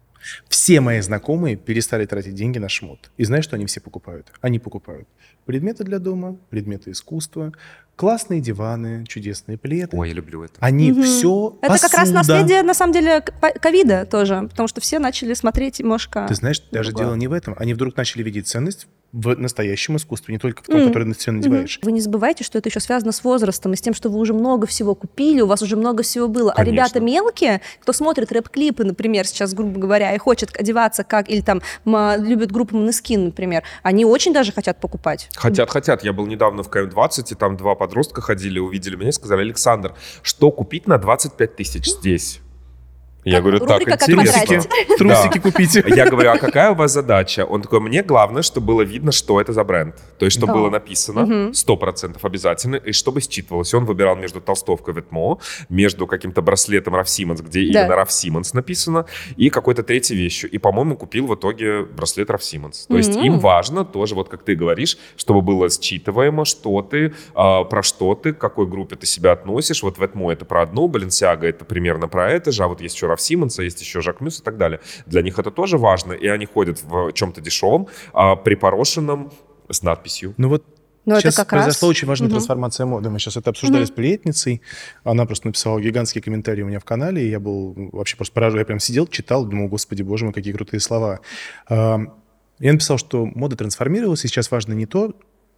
Все мои знакомые перестали тратить деньги на шмот. И знаешь, что они все покупают? Они покупают предметы для дома, предметы искусства, классные диваны, чудесные пледы. Ой, я люблю это. Они все Это как раз наследие, на самом деле, ковида тоже, потому что все начали смотреть немножко... Ты знаешь, даже дело не в этом. Они вдруг начали видеть ценность в настоящем искусстве, не только в том, который ты надеваешь. Вы не забывайте, что это еще связано с возрастом и с тем, что вы уже много всего купили, у вас уже много всего было. Конечно. А ребята мелкие, кто смотрит рэп-клипы, например, сейчас, грубо говоря, и хочет одеваться как... Или там любят группу Måneskin, например, они очень даже хотят покупать. Хотят. Я был недавно в КМ-20, и там два подростка ходили, увидели меня и сказали: Александр, что купить на 25 тысяч здесь? Я говорю, так, рубрика «Как интересно. потратить». Трусики купите. Я говорю, а какая у вас задача? Он такой: мне главное, чтобы было видно, что это за бренд. То есть, чтобы было написано 100% обязательно, и чтобы считывалось. Он выбирал между толстовкой Ветмо, между каким-то браслетом Raf Simons, где именно Raf Simons написано, и какой-то третьей вещью. И, по-моему, купил в итоге браслет Raf Simons. То есть им важно тоже, вот как ты говоришь, чтобы было считываемо, что ты, про что ты, к какой группе ты себя относишь. Вот Ветмо это про одну, Balenciaga это примерно про это же, а вот есть еще Raf Simons, есть еще Жак Мюс и так далее. Для них это тоже важно, и они ходят в чем-то дешевом, припорошенном с надписью. Ну вот Но сейчас это как произошла раз... очень важная трансформация моды. Мы сейчас это обсуждали с приятницей. Она просто написала гигантский комментарий у меня в канале, и я был вообще просто поражен. Я прям сидел, читал, думал: господи, боже мой, какие крутые слова. Я написал, что мода трансформировалась, и сейчас важно не то,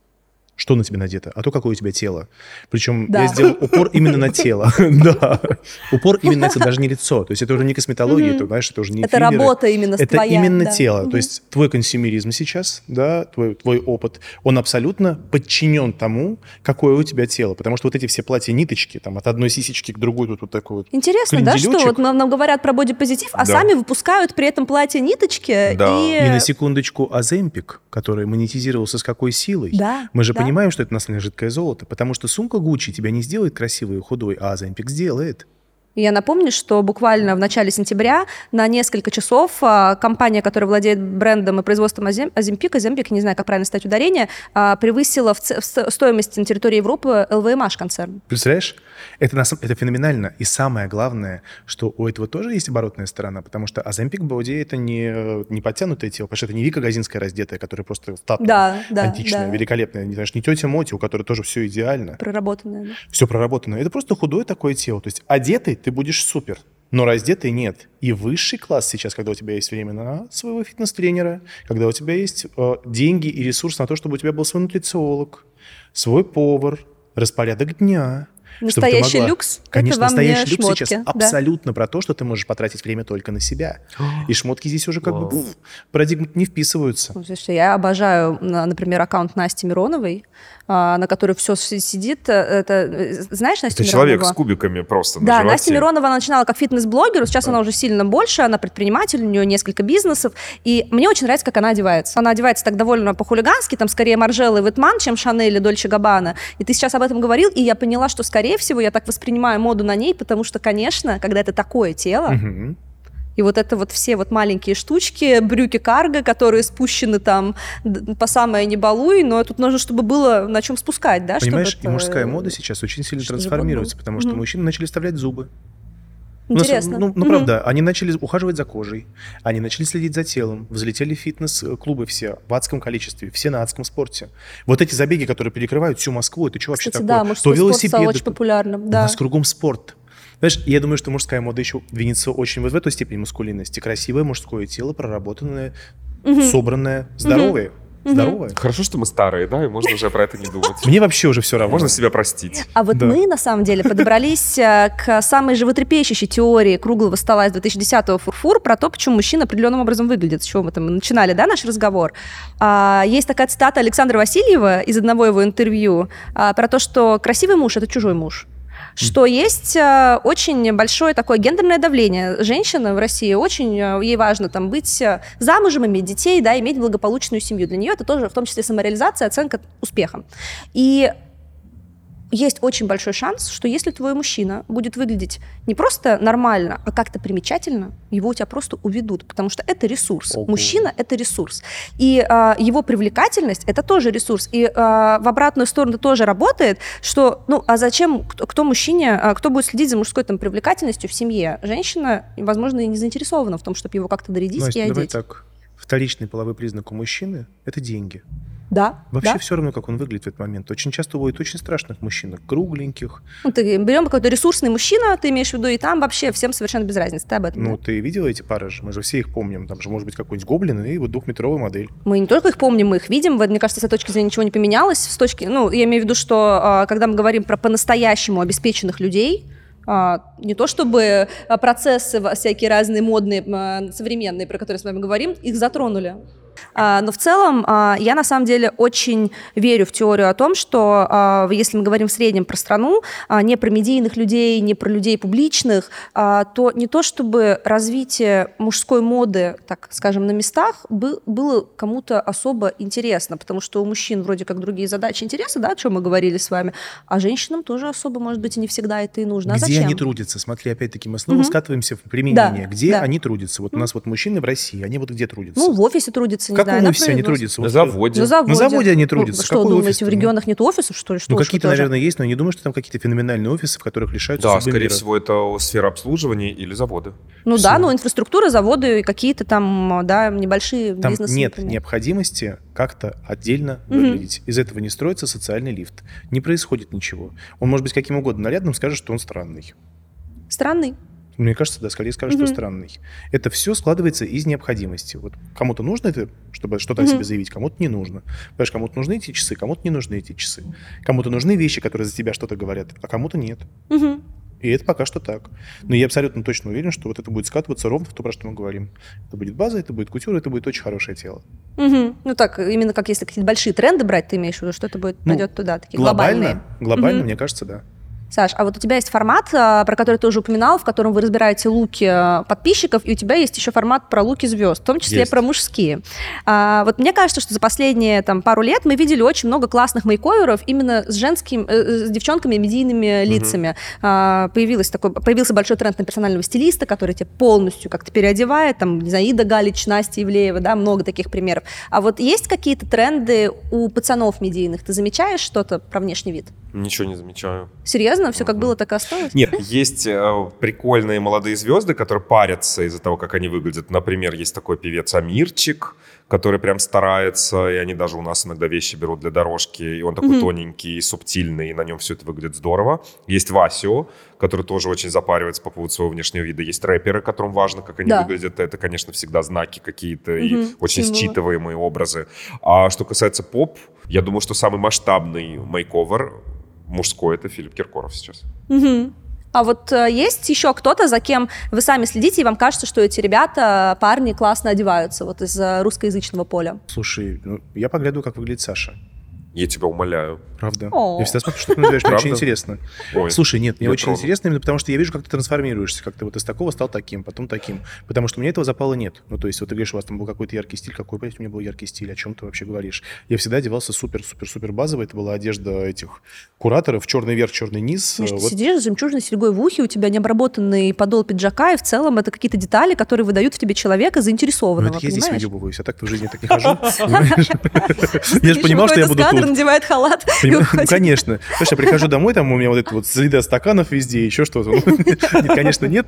что на тебе надето, а то, какое у тебя тело. Причем я сделал упор именно на тело. Да. Упор именно на тело, даже не лицо. То есть это уже не косметология, это, знаешь, это уже не Это филлеры. работа именно твоя. Это именно тело. То есть твой консюмеризм сейчас, да, твой опыт, он абсолютно подчинен тому, какое у тебя тело. Потому что вот эти все платья-ниточки, там, от одной сисечки к другой, тут вот такой вот Интересно, да, что вот нам говорят про бодипозитив, а сами выпускают при этом платья-ниточки. Да. И на секундочку, Оземпик, который монетизировался с какой силой. Да, Мы же да. понимаем, что это на самом деле жидкое золото, потому что сумка Гуччи тебя не сделает красивой и худой, а Оземпик сделает. И я напомню, что буквально в начале сентября на несколько часов компания, которая владеет брендом и производством Оземпик, не знаю, как правильно ставить ударение, превысила в стоимости на территории Европы LVMH концерн. Представляешь? Это феноменально. И самое главное, что у этого тоже есть оборотная сторона, потому что Оземпик Боди — это не подтянутое тело, потому что это не Вика Газинская раздетая, которая просто статуя античная, великолепная, не тетя Моти, у которой тоже все идеально. Проработанная, да? Все проработано. Это просто худое такое тело. То есть одетый ты будешь супер, но раздетый нет. И высший класс сейчас, когда у тебя есть время на своего фитнес-тренера, когда у тебя есть деньги и ресурс на то, чтобы у тебя был свой нутрициолог, свой повар, распорядок дня. Настоящий люкс — Конечно, это вам не настоящий люкс шмотки. сейчас Да. абсолютно про то, что ты можешь потратить время только на себя. И шмотки здесь уже как бы в парадигму не вписываются. Слушай, я обожаю, например, аккаунт Насти Мироновой, на которой все сидит. Это, знаешь, Настю Это Миронову? человек с кубиками просто на Да, животе. Настя Миронова, она начинала как фитнес-блогер, сейчас она уже сильно больше, она предприниматель, у нее несколько бизнесов, и мне очень нравится, как она одевается. Она одевается так довольно по-хулигански, там скорее Маржелла и Витман, чем Шанель и Дольче Габбана. И ты сейчас об этом говорил, и я поняла, что, скорее всего, я так воспринимаю моду на ней, потому что, конечно, когда это такое тело, и вот это вот все вот маленькие штучки, брюки карго, которые спущены там по самое не балуй, но тут нужно, чтобы было на чем спускать, да? Понимаешь, чтобы и мужская мода сейчас очень сильно трансформируется, потому что мужчины начали вставлять зубы. Интересно. Правда, они начали ухаживать за кожей, они начали следить за телом, взлетели в фитнес-клубы все в адском количестве, все на адском спорте. Вот эти забеги, которые перекрывают всю Москву, это что вообще Кстати, такое? да, мужской спорт стал очень популярным. У Да. нас кругом спорт. Знаешь, я думаю, что мужская мода еще винится очень вот в эту степень маскулинности. Красивое мужское тело, проработанное, собранное, здоровое. Здоровое. Хорошо, что мы старые, да, и можно уже про это не думать. Мне вообще уже все равно. Можно себя простить. А вот Да. мы, на самом деле, подобрались к самой животрепещущей теории круглого стола из 2010-го «Фурфур» про то, почему мужчина определенным образом выглядит. С чего мы там начинали, да, наш разговор? Есть такая цитата Александра Васильева из одного его интервью про то, что красивый муж – это чужой муж. Что есть очень большое такое гендерное давление. Женщина в России очень, ей важно там быть замужем, иметь детей, да, иметь благополучную семью. Для нее это тоже в том числе самореализация, оценка успеха. И есть очень большой шанс, что если твой мужчина будет выглядеть не просто нормально, а как-то примечательно, его у тебя просто уведут, потому что это ресурс. Ого. Мужчина — это ресурс. И его привлекательность — это тоже ресурс. И в обратную сторону тоже работает, что, а зачем, кто мужчине, кто будет следить за мужской там привлекательностью в семье? Женщина, возможно, и не заинтересована в том, чтобы его как-то нарядить Настя, и давай одеть. так. Вторичный половой признак у мужчины – это деньги. Да, Вообще да. все равно, как он выглядит в этот момент. Очень часто бывает очень страшных мужчин, кругленьких. Ты берем какой-то ресурсный мужчина, ты имеешь в виду, и там вообще всем совершенно без разницы. Ты об этом, да? Ты видела эти пары же? Мы же все их помним. Там же может быть какой-нибудь гоблин и вот 2-метровая модель. Мы не только их помним, мы их видим. Мне кажется, с этой точки зрения ничего не поменялось. Я имею в виду, что когда мы говорим про по-настоящему обеспеченных людей, не то чтобы процессы всякие разные, модные, современные, про которые с вами говорим, их затронули. Но в целом я на самом деле очень верю в теорию о том, что если мы говорим в среднем про страну, не про медийных людей, не про людей публичных, то не то чтобы развитие мужской моды, так скажем, на местах было кому-то особо интересно, потому что у мужчин вроде как другие задачи, интересы, да, о чем мы говорили с вами, а женщинам тоже особо, может быть, и не всегда это и нужно. Где зачем? они трудятся? Смотри, опять-таки мы снова скатываемся в применение. Да, Где да. они трудятся? Вот у нас вот мужчины в России, они вот где трудятся? В офисе трудятся, В не каком знаю, на офисе они производстве. трудятся? На Вот заводе. На заводе они трудятся. Что, Какой думаете, офис-то, в регионах нет офисов, что ли? Что уж какие-то, вы тоже? наверное, есть, но я не думаю, что там какие-то феноменальные офисы, в которых лишаются Да, судьбы скорее мира. всего, это сфера обслуживания или заводы. Да, инфраструктура, заводы, какие-то там, да, небольшие Там бизнесы. нет например. необходимости как-то отдельно выглядеть. Из этого не строится социальный лифт. Не происходит ничего. Он может быть каким угодно нарядным, скажет, что он странный. Странный. Мне кажется, да, скорее скажет, что странный. Это все складывается из необходимости. Вот кому-то нужно это, чтобы что-то о себе заявить, кому-то не нужно. Понимаешь, кому-то нужны эти часы, кому-то не нужны эти часы. Кому-то нужны вещи, которые за тебя что-то говорят, а кому-то нет. И это пока что так. Но я абсолютно точно уверен, что вот это будет скатываться ровно в то, про что мы говорим. Это будет база, это будет кутюр, это будет очень хорошее тело. Так, именно как если какие-то большие тренды брать, ты имеешь в виду, что это будет, пойдет туда, такие глобальные. Глобально, мне кажется, да. Саш, а вот у тебя есть формат, про который ты уже упоминал, в котором вы разбираете луки подписчиков, и у тебя есть еще формат про луки звезд, в том числе Есть. про мужские. Вот мне кажется, что за последние пару лет мы видели очень много классных мейковеров именно с с девчонками и медийными лицами. Появился большой тренд на персонального стилиста, который тебя полностью как-то переодевает, там, не знаю, Ида Галич, Настя Ивлеева, да, много таких примеров. А вот есть какие-то тренды у пацанов медийных? Ты замечаешь что-то про внешний вид? Ничего не замечаю. Серьезно? Все как было, так и осталось? Нет, есть прикольные молодые звезды, которые парятся из-за того, как они выглядят. Например, есть такой певец Амирчик, который прям старается, и они даже у нас иногда вещи берут для дорожки, и он такой тоненький, субтильный, и на нем все это выглядит здорово. Есть Васио, который тоже очень запаривается по поводу своего внешнего вида. Есть рэперы, которым важно, как они выглядят. Это, конечно, всегда знаки какие-то и очень считываемые образы. А что касается поп, я думаю, что самый масштабный мейковер мужской — это Филипп Киркоров сейчас. А вот есть еще кто-то, за кем вы сами следите, и вам кажется, что эти ребята, парни, классно одеваются вот из русскоязычного поля? Слушай, я поглядываю, как выглядит Саша. Я тебя умоляю. Правда. О. Я всегда смотрю, что ты надеваешь, мне Правда? очень интересно. Ой, Слушай, нет, мне я очень трону. интересно именно потому, что я вижу, как ты трансформируешься, как ты вот из такого стал таким, потом таким. Потому что у меня этого запала нет. То есть вот ты говоришь, у вас там был какой-то яркий стиль. Какой, блядь, у меня был яркий стиль? О чем ты вообще говоришь? Я всегда одевался супер-супер-супер базово. Это была одежда этих кураторов, черный верх, черный низ. Миш, ты сидишь с жемчужной серьгой в ухе, у тебя необработанный подол пиджака, и в целом это какие-то детали, которые выдают в тебе человека заинтересованного, Это я здесь понимаешь? выебываюсь, а так в жизни так не хожу. понимаешь? Я же понимал, что я буду тут. надевает халат и Ну, уходит. конечно. Слушай, я прихожу домой, там у меня вот это вот следы от стаканов везде, еще что-то. Ну, нет, конечно, нет,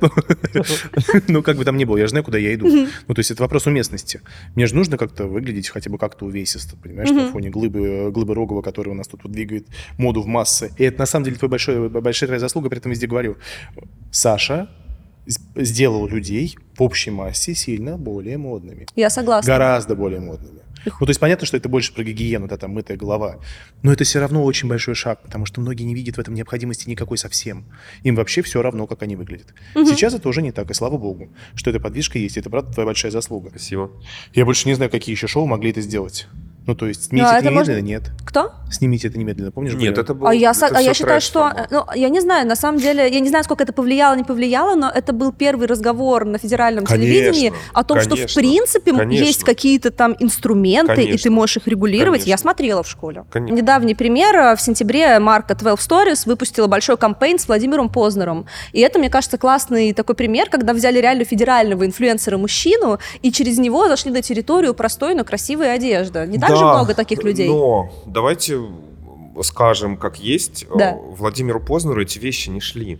но как бы там ни было, я же знаю, куда я иду. Ну, то есть это вопрос уместности. Мне же нужно как-то выглядеть хотя бы как-то увесисто, понимаешь, на фоне глыбы Рогова, который у нас тут вот двигает моду в массы. И это на самом деле большая твоя заслуга, при этом везде говорю. Саша сделал людей в общей массе сильно более модными. Я согласна. Гораздо более модными. Ну, то есть понятно, что это больше про гигиену, да, там мытая голова. Но это все равно очень большой шаг, потому что многие не видят в этом необходимости никакой совсем. Им вообще все равно, как они выглядят. Сейчас это уже не так, и слава богу, что эта подвижка есть. Это, правда, твоя большая заслуга. Спасибо. Я больше не знаю, какие еще шоу могли это сделать. Ну, то есть, снимите Ну, а это это немедленно, можно- нет. Кто? Снимите это немедленно, помнишь? Нет, были? это был... Я это всё считаю, что... трэш-формат. Ну, я не знаю, на самом деле, я не знаю, сколько это повлияло, не повлияло, но это был первый разговор на федеральном Конечно, телевидении о том, что в конечно, принципе конечно. есть какие-то там инструменты, и ты Конечно. можешь их регулировать. Конечно. Я смотрела в школе. Конечно. Недавний пример. В сентябре марка 12 Stories выпустила большой кампейн с Владимиром Познером. И это, мне кажется, классный такой пример, когда взяли реально федерального инфлюенсера-мужчину, и через него зашли на территорию простой, но красивой одежды. Не так же Да, много таких людей? Но давайте скажем, как есть. Да. Владимиру Познеру эти вещи не шли.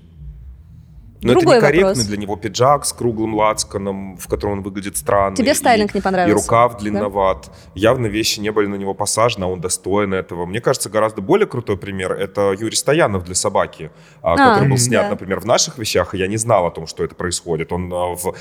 Но Другой это некорректный вопрос. для него пиджак с круглым лацканом, в котором он выглядит странно. Тебе стайлинг не понравился? И рукав длинноват. Явно вещи не были на него посажены, а он достоин этого. Мне кажется, гораздо более крутой пример — это Юрий Стоянов для собаки, который был снят, да. например, в наших вещах, и я не знал о том, что это происходит. Он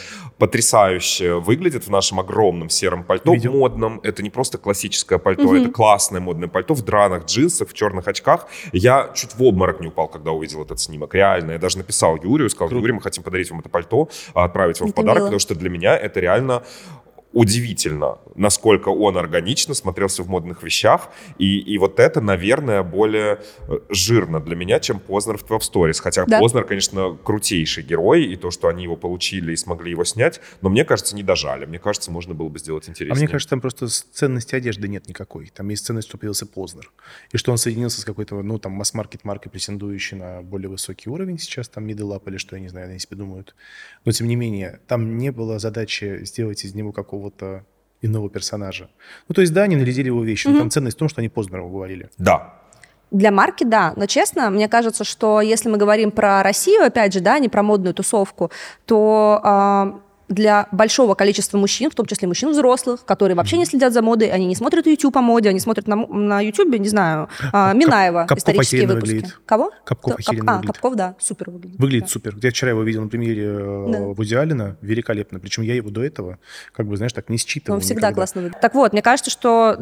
потрясающе выглядит в нашем огромном сером пальто, Видел. модном. Это не просто классическое пальто, это классное модное пальто в драных джинсах, в черных очках. И я чуть в обморок не упал, когда увидел этот снимок. Реально. Я даже написал Юрию, сказал: Юрий, мы хотим подарить вам это пальто, отправить вам в Это подарок, мило. потому что для меня это реально удивительно, насколько он органично смотрелся в модных вещах. И вот это, наверное, более жирно для меня, чем Познер в 12 Stories. Хотя Да. Познер, конечно, крутейший герой, и то, что они его получили и смогли его снять, но мне кажется, не дожали. Мне кажется, можно было бы сделать А интереснее. мне кажется, там просто ценности одежды нет никакой. Там есть ценность, что появился Познер. И что он соединился с какой-то, ну, там, масс-маркет маркой, претендующей на более высокий уровень сейчас, там, middle up или что, я не знаю, они себе думают. Но, тем не менее, там не было задачи сделать из него какого-то иного персонажа. Ну, то есть, да, они нарядили его вещи, но там ценность в том, что они Познера уговорили. Да. Для марки, да. Но честно, мне кажется, что если мы говорим про Россию, опять же, да, не про модную тусовку, то для большого количества мужчин, в том числе мужчин взрослых, которые вообще не следят за модой, они не смотрят YouTube о моде, они смотрят на YouTube, не знаю, Минаева, Капков исторические охеренно выпуски. выглядит. Кого? Капков охеренно выглядит. Капков, да, супер выглядит. Выглядит Да. супер. Я вчера его видел на примере Вуди Аллена, великолепно. Причем я его до этого, как бы, знаешь, так не считывал. Он всегда никогда. классно выглядит. Так вот, мне кажется, что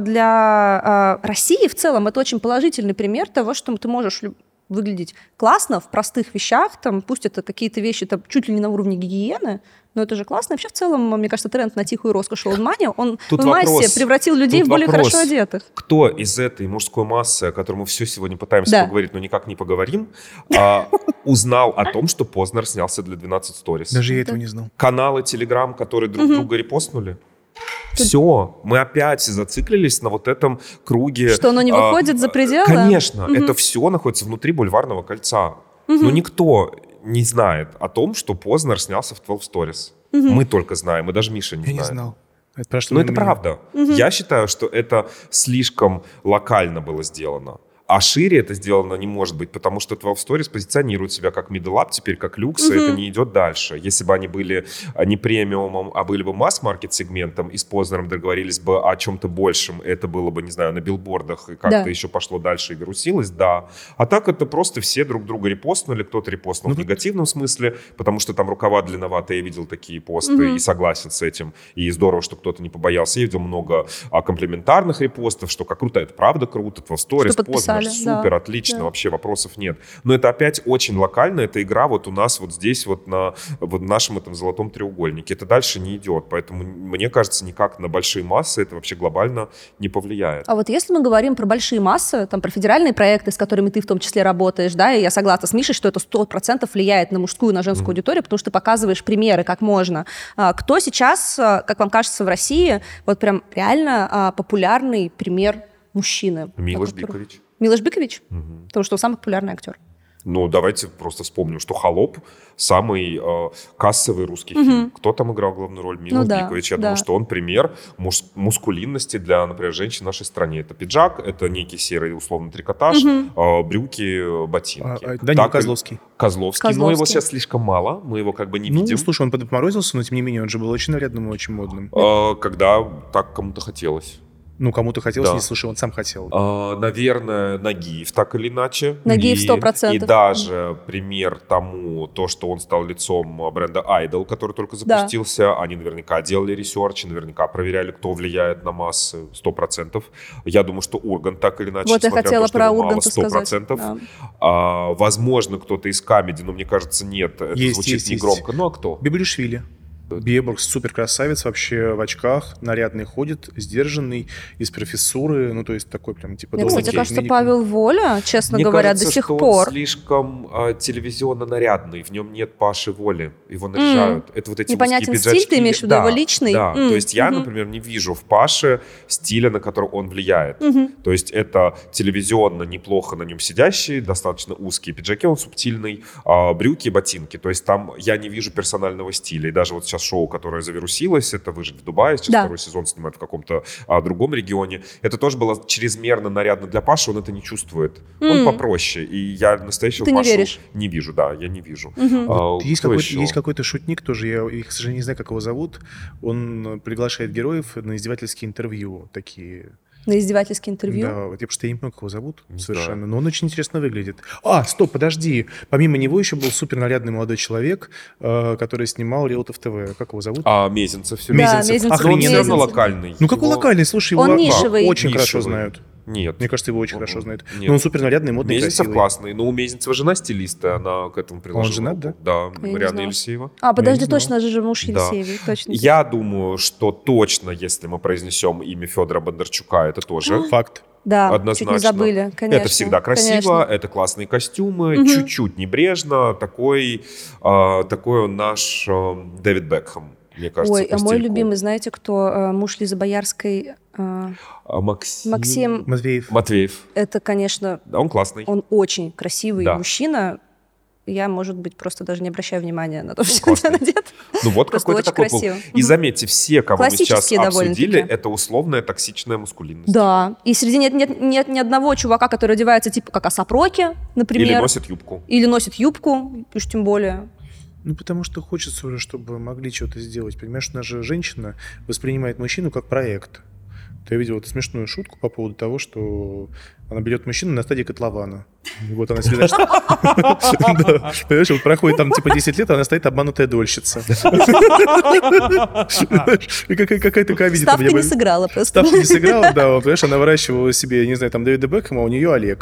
для России в целом это очень положительный пример того, что ты можешь выглядеть классно в простых вещах, там, пусть это какие-то вещи там, чуть ли не на уровне гигиены, но это же классно. Вообще в целом, мне кажется, тренд на тихую роскошь old money, он Тут в массе вопрос. превратил людей Тут в более вопрос. хорошо одетых. Кто из этой мужской массы, о которой мы все сегодня пытаемся Да. поговорить, но никак не поговорим, узнал о том, что Познер снялся для 12 Stories? Даже я этого не знал. Каналы Telegram, которые друг друга репостнули? Все, мы опять зациклились на вот этом круге. Что оно не выходит за пределы? Конечно, это все находится внутри бульварного кольца. Но никто не знает о том, что Познер снялся в 12 Stories. Мы только знаем, и даже Миша не Я знает. не знал. Это прошло Но мимо это меня. правда. Я считаю, что это слишком локально было сделано. А шире это сделано не может быть, потому что 12 Stories позиционирует себя как middle up, теперь как люкс, и это не идет дальше. Если бы они были не премиумом, а были бы масс-маркет сегментом, и с Познером договорились бы о чем-то большем, это было бы, не знаю, на билбордах, и как-то Да. еще пошло дальше и вирусилось, да. А так это просто все друг друга репостнули, кто-то репостнул в негативном смысле, потому что там рукава длинноватые, я видел такие посты и согласен с этим. И здорово, что кто-то не побоялся. Я видел много комплементарных репостов, что как круто, это правда круто, 12 Stories, Что подписали. супер, Да, отлично, да. вообще вопросов нет. Но это опять очень локально, эта игра вот у нас вот здесь вот на вот нашем этом золотом треугольнике. Это дальше не идет, поэтому мне кажется, никак на большие массы это вообще глобально не повлияет. А вот если мы говорим про большие массы, там, про федеральные проекты, с которыми ты в том числе работаешь, да, и я согласна с Мишей, что это 100% влияет на мужскую, на женскую аудиторию, потому что ты показываешь примеры, как можно. Кто сейчас, как вам кажется, в России вот прям реально популярный пример мужчины? Милош Который- Бикович. Милош Бикович? Потому что он самый популярный актер. Ну, давайте просто вспомним, что «Холоп» самый кассовый русский фильм. Кто там играл главную роль? Милос Бикович. Я думаю, что он пример мускулинности для, например, женщин в нашей стране. Это пиджак, это некий серый условно трикотаж, брюки, ботинки. Данил Козловский. Козловский. Но его сейчас слишком мало, мы его как бы не видим. Ну, слушай, он подморозился, но тем не менее он же был очень нарядным и очень модным. Когда так кому-то хотелось. Ну, кому-то хотелось, не слушай, он сам хотел. Наверное, Нагиев так или иначе. Нагиев 100%. И даже пример тому, то, что он стал лицом бренда Idol, который только запустился. Они наверняка делали ресерч, наверняка проверяли, кто влияет на массы 100%. Я думаю, что Ургант так или иначе, вот я хотела про Урганта 100%. сказать. Да. Возможно, кто-то из Камеди, но мне кажется, нет. Это звучит негромко. Ну, а кто? Бебелишвили. Бебург супер красавец, вообще в очках, нарядный ходит, сдержанный, из профессуры, ну то есть такой прям типа... Мне, кстати, кажется, Павел Воля, честно говоря, кажется, до сих что пор. Он слишком телевизионно нарядный, в нем нет Паши Воли, его наряжают. Это вот эти непонятен узкие пиджачки. Стиль, ты имеешь в виду его личный? Да, то есть я, например, не вижу в Паше стиля, на который он влияет. То есть это телевизионно неплохо на нем сидящие, достаточно узкие пиджаки, он субтильный, брюки, ботинки. То есть там я не вижу персонального стиля. И даже вот сейчас шоу, которое завирусилось, это «Выжить в Дубае», сейчас второй сезон снимают в каком-то другом регионе. Это тоже было чрезмерно нарядно для Паши, он это не чувствует. Он попроще. И я настоящего Пашу не вижу. Да, я не вижу. Есть какой-то шутник тоже, я, к сожалению, не знаю, как его зовут. Он приглашает героев на издевательские интервью такие... На издевательские интервью? Да, вот я просто не помню, как его зовут совершенно, но он очень интересно выглядит. Стоп, подожди. Помимо него еще был супер нарядный молодой человек, который снимал Реутов ТВ. Как его зовут? Мезенцев. Мезенцев. Он все равно локальный. Ну какой локальный? Слушай, его нишевый. Очень хорошо знают. Нет. Мне кажется, его очень хорошо знают. Но он супер нарядный, модный, Мезенцев красивый. классный. Но у Мезенцева жена стилиста, она к этому приложила. Он женат, да? Да, Марианна Елисеева. Подожди, точно же муж Елисеевой. Точно. Я думаю, что точно, если мы произнесем имя Федора Бондарчука, это тоже факт. Да, однозначно. чуть не забыли, конечно. Это всегда красиво, это классные костюмы, чуть-чуть небрежно. Такой он наш Дэвид Бекхэм, мне кажется. Ой, мой любимый, знаете, кто? Муж Лизы Боярской. Максим Матвеев. Это, конечно... Да, он классный. Он очень красивый мужчина. Я, может быть, просто даже не обращаю внимания на то, что он надет. Ну вот какой-то такой был. И заметьте, все, кого мы сейчас обсудили, это условная токсичная мускулинность. Да. И среди нет ни одного чувака, который одевается типа как Асапроки, например. Или носит юбку, уж тем более. Ну, потому что хочется уже, чтобы могли что-то сделать. Понимаешь, наша же женщина воспринимает мужчину как проект. Я видел эту смешную шутку по поводу того, что она берет мужчину на стадии котлована. И вот она себе, значит... Понимаешь, вот проходит там типа 10 лет, а она стоит обманутая дольщица. Какая-то комедия. Ставка не сыграла просто. Ставка не сыграла, да. Понимаешь, она выращивала себе, не знаю, там Дэвида Бекхэма, а у нее Олег.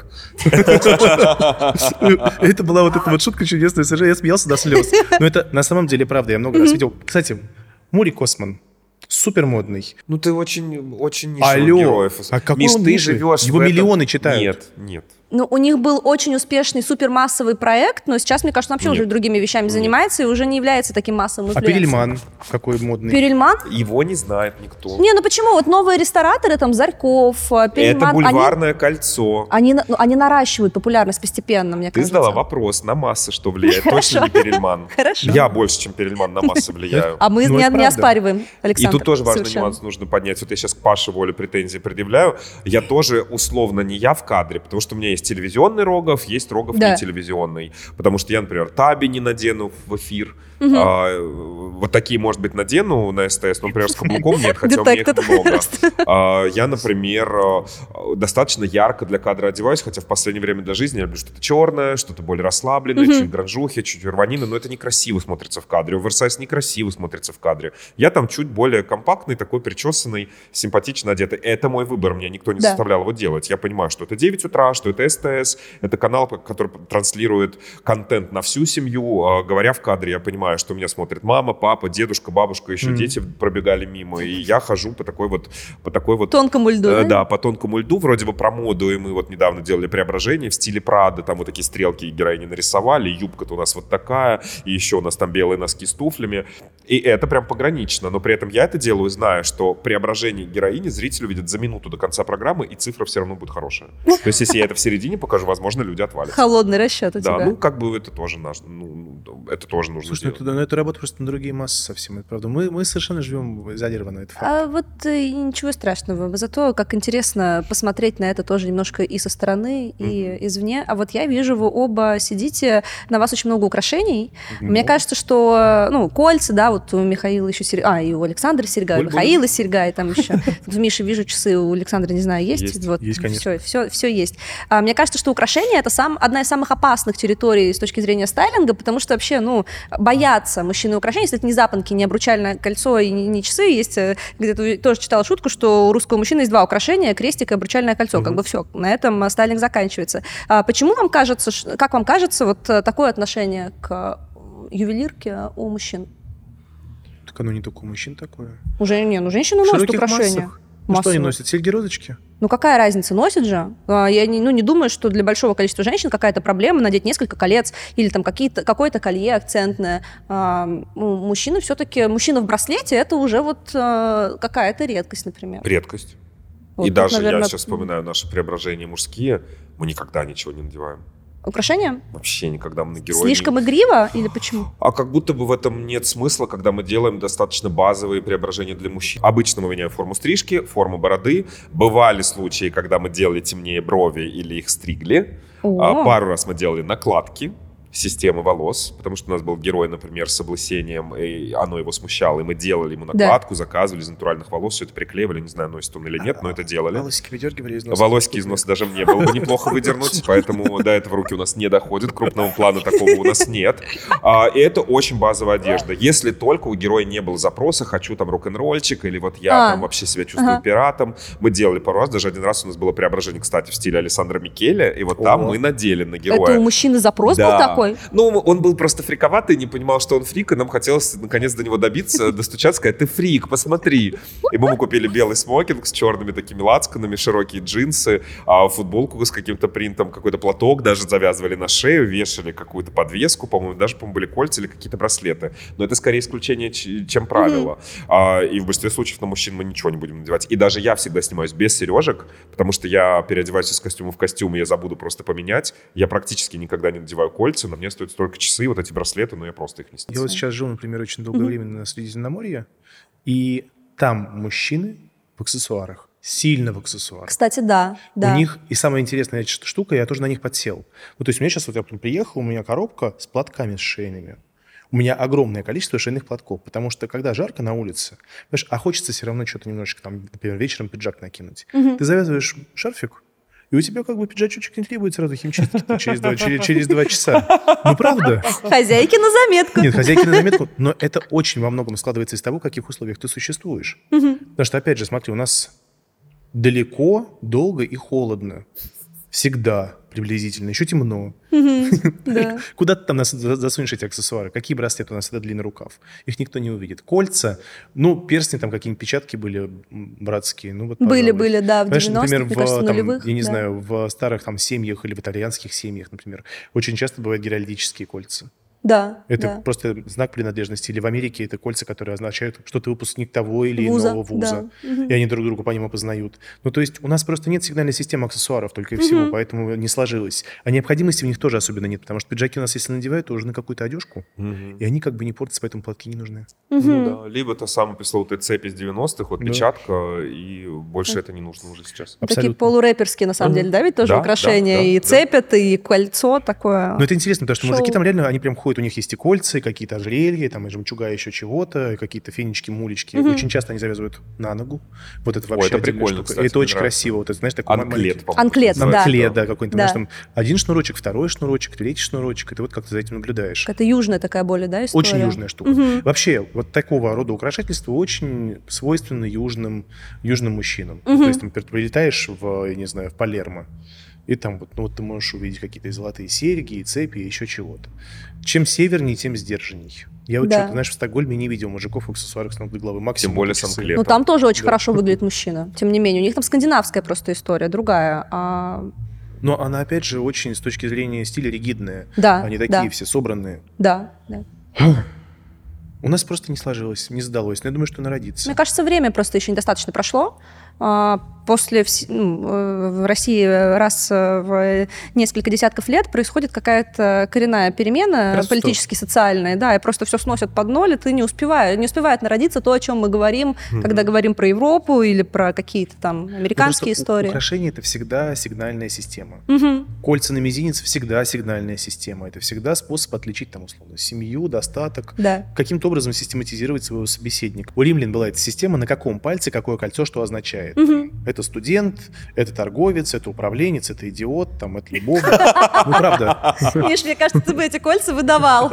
Это была вот эта вот шутка чудесная. Я смеялся до слез. Но это на самом деле правда. Я много раз видел. Кстати, Мури Косман. Супер модный. Ну ты очень нишевых героев. А какой он нишевый? Его миллионы читают. Нет. Ну, у них был очень успешный супермассовый проект, но сейчас, мне кажется, он вообще уже другими вещами занимается и уже не является таким массовым инфлюенсером. Перельман какой модный. Перельман? Его не знает никто. Не, ну почему? Вот новые рестораторы, там, Зарьков, Перельман. Это бульварное кольцо. Они наращивают популярность постепенно, мне кажется. Ты задала вопрос, на массы что влияет. Точно не Перельман. Хорошо. Я больше, чем Перельман, на массы влияю. А мы не оспариваем, Александр. И тут тоже важный нюанс нужно поднять. Вот я сейчас к Паше Воле претензии предъявляю. Я тоже условно не я в кадре, потому что у меня есть телевизионный Рогов, есть Рогов не телевизионный. Потому что я, например, Таби не надену в эфир. Вот такие, может быть, надену на СТС, но, например, с каблуком нет, хотя у меня их много. Я, например, достаточно ярко для кадра одеваюсь, хотя в последнее время для жизни я люблю что-то черное, что-то более расслабленное, чуть гранжухи, чуть рванины, но это некрасиво смотрится в кадре. Оверсайз некрасиво смотрится в кадре. Я там чуть более компактный, такой причесанный, симпатично одетый. Это мой выбор, меня никто не заставлял его делать. Я понимаю, что это 9 утра, что это СТС, это канал, который транслирует контент на всю семью. Говоря в кадре, я понимаю, что меня смотрит мама, папа, дедушка, бабушка, еще дети пробегали мимо, и я хожу по такой вот тонкому льду, да, по тонкому льду, вроде бы про моду, и мы вот недавно делали преображение в стиле Прада, там вот такие стрелки героини нарисовали, юбка-то у нас вот такая, и еще у нас там белые носки с туфлями, и это прям погранично, но при этом я это делаю, зная, что преображение героини зритель увидит за минуту до конца программы, и цифра все равно будет хорошая. То есть если я это в середине посередине покажу, возможно, люди отвалятся. Холодный расчет у Да, тебя. ну, как бы это тоже это тоже нужно Слушай, делать. это работа просто на другие массы совсем, это правда. Мы совершенно живем изолированно, это факт. А вот ничего страшного. Зато как интересно посмотреть на это тоже немножко и со стороны, и извне. А вот я вижу, вы оба сидите, на вас очень много украшений. Мне кажется, что, кольца, да, вот у Михаила еще серьга, и у Александра серьга, и у Михаила серьга, и там еще. У Миши вижу часы, у Александра, не знаю, есть? Есть, конечно. Все есть. Мне кажется, что украшения — это одна из самых опасных территорий с точки зрения стайлинга, потому что вообще, боятся мужчины украшений, если это не запонки, не обручальное кольцо и не часы. Есть, где-то тоже читала шутку, что у русского мужчины есть два украшения: крестик и обручальное кольцо. Как бы все, на этом стайлинг заканчивается. Почему вам кажется, как вам кажется, вот такое отношение к ювелирке у мужчин? Так оно не только у мужчин такое. Женщины носят украшения. Что они носят? Серьги-розочки? Какая разница, носит же? Я не думаю, что для большого количества женщин какая-то проблема надеть несколько колец или там какое-то колье акцентное. Мужчина в браслете — это уже вот какая-то редкость, например. Редкость. Вот и тут, даже наверное, я сейчас вспоминаю наши преображения мужские, мы никогда ничего не надеваем. Украшения? Вообще никогда мы на героя Слишком игриво или почему? А как будто бы в этом нет смысла, когда мы делаем достаточно базовые преображения для мужчин. Обычно мы меняем форму стрижки, форму бороды. Бывали случаи, когда мы делали темнее брови или их стригли. Пару раз мы делали накладки системы волос, потому что у нас был герой, например, с облысением, и оно его смущало, и мы делали ему накладку, заказывали из натуральных волос, все это приклеивали, не знаю, носит он или нет, но это делали. Волосики выдергивали из носа? Волосики из носа даже мне было бы неплохо выдернуть, поэтому до этого руки у нас не доходят, крупного плана такого у нас нет. И это очень базовая одежда. Если только у героя не было запроса «хочу там рок-н-ролльчик» или вот я там вообще себя чувствую пиратом, мы делали пару раз, даже один раз у нас было преображение, кстати, в стиле Алессандро Микеле, и вот там мы надели на героя. Это у мужчины запрос был такой? Ну, он был просто фриковатый, не понимал, что он фрик, и нам хотелось наконец до него добиться, достучаться, сказать: ты фрик, посмотри. И мы купили белый смокинг с черными такими лацканами, широкие джинсы, футболку с каким-то принтом, какой-то платок даже завязывали на шею, вешали какую-то подвеску, по-моему, даже, были кольца или какие-то браслеты. Но это скорее исключение, чем правило. И в большинстве случаев на мужчин мы ничего не будем надевать. И даже я всегда снимаюсь без сережек, потому что я переодеваюсь из костюма в костюм, и я забуду просто поменять. Я практически никогда не надеваю кольца, на мне стоит только часы, вот эти браслеты, но я просто их не снимаю. Я вот сейчас жил, например, очень долгое время на Средиземноморье, и там мужчины в аксессуарах, сильно в аксессуарах. Кстати, да. У них, и самая интересная штука, я тоже на них подсел. То есть у меня сейчас, вот я приехал, у меня коробка с платками, с шейными. У меня огромное количество шейных платков, потому что когда жарко на улице, понимаешь, а хочется все равно что-то немножечко, там, например, вечером пиджак накинуть. Ты завязываешь шарфик, и у тебя как бы пиджачочек не требует сразу химчистки через 2 часа. Ну, правда? Хозяйки на заметку. Нет, хозяйки на заметку, но это очень во многом складывается из того, в каких условиях ты существуешь. Потому что, опять же, смотри, у нас далеко, долго и холодно. Всегда приблизительно. Еще темно. Куда ты там засунешь эти аксессуары? Какие браслеты у нас? Это длинный рукав. Их никто не увидит. Кольца, перстни, там какие-нибудь печатки были братские. Были, да, в 90-х, например, мне кажется, нулевых. Я не знаю, в старых там семьях или в итальянских семьях, например, очень часто бывают геральдические кольца. Да. Это просто знак принадлежности. Или в Америке это кольца, которые означают, что ты выпускник того или иного вуза. И они друг друга по ним опознают. То есть у нас просто нет сигнальной системы аксессуаров только и всего, поэтому не сложилось. А необходимости в них тоже особенно нет, потому что пиджаки у нас, если надевают, то уже на какую-то одежку, и они как бы не портятся, поэтому платки не нужны. Либо та самая пресловутая цепь из 90-х, вот печатка, и больше это не нужно уже сейчас. Такие полурэперские, на самом деле, да, ведь тоже украшения, и цепят, и кольцо такое. Но это интересно, потому что мужики там реально, они прям ходят, у них есть и кольца, и какие-то ожерелья, там и жемчуга еще чего-то, и какие-то фенечки, мулечки. Очень часто они завязывают на ногу. Вот это вообще это прикольно, штука. кстати, это очень нравится. красиво. Вот это, знаешь, такой Анклет, по-моему. Анклет, да, какой-нибудь. Знаешь, там один шнурочек, второй шнурочек, третий шнурочек. И ты вот как-то за этим наблюдаешь. Это южная такая более, да, история? Очень южная штука. Вообще, вот такого рода украшательство очень свойственно южным мужчинам. То есть, например, прилетаешь я не знаю, в Палермо, и там вот ты можешь увидеть какие-то золотые серьги, и цепи, и еще чего-то. Чем севернее, тем сдержанней. Я вот что-то, знаешь, в Стокгольме не видел мужиков в аксессуарах с ног до головы. Максимум тем более часы. с анклетом. Там тоже очень хорошо выглядит мужчина. Тем не менее, у них там скандинавская просто история, другая. Но она, опять же, очень с точки зрения стиля ригидная. Да, они такие все собранные. Да. У нас просто не сложилось, не сдалось. Но я думаю, что народится. Мне кажется, время просто еще недостаточно прошло. в России раз в несколько десятков лет происходит какая-то коренная перемена политически социальная, да, и просто все сносят под ноль, и ты не успевает народиться то, о чем мы говорим, когда говорим про Европу или про какие-то там американские истории. Украшение — это всегда сигнальная система. Кольца на мизинец — всегда сигнальная система. Это всегда способ отличить, там, условно, семью, достаток, каким-то образом систематизировать своего собеседника. У римлян была эта система, на каком пальце какое кольцо что означает. Это студент, это торговец, это управленец, это идиот, там, это любовник. Ну, правда. Миш, мне кажется, ты бы эти кольца выдавал.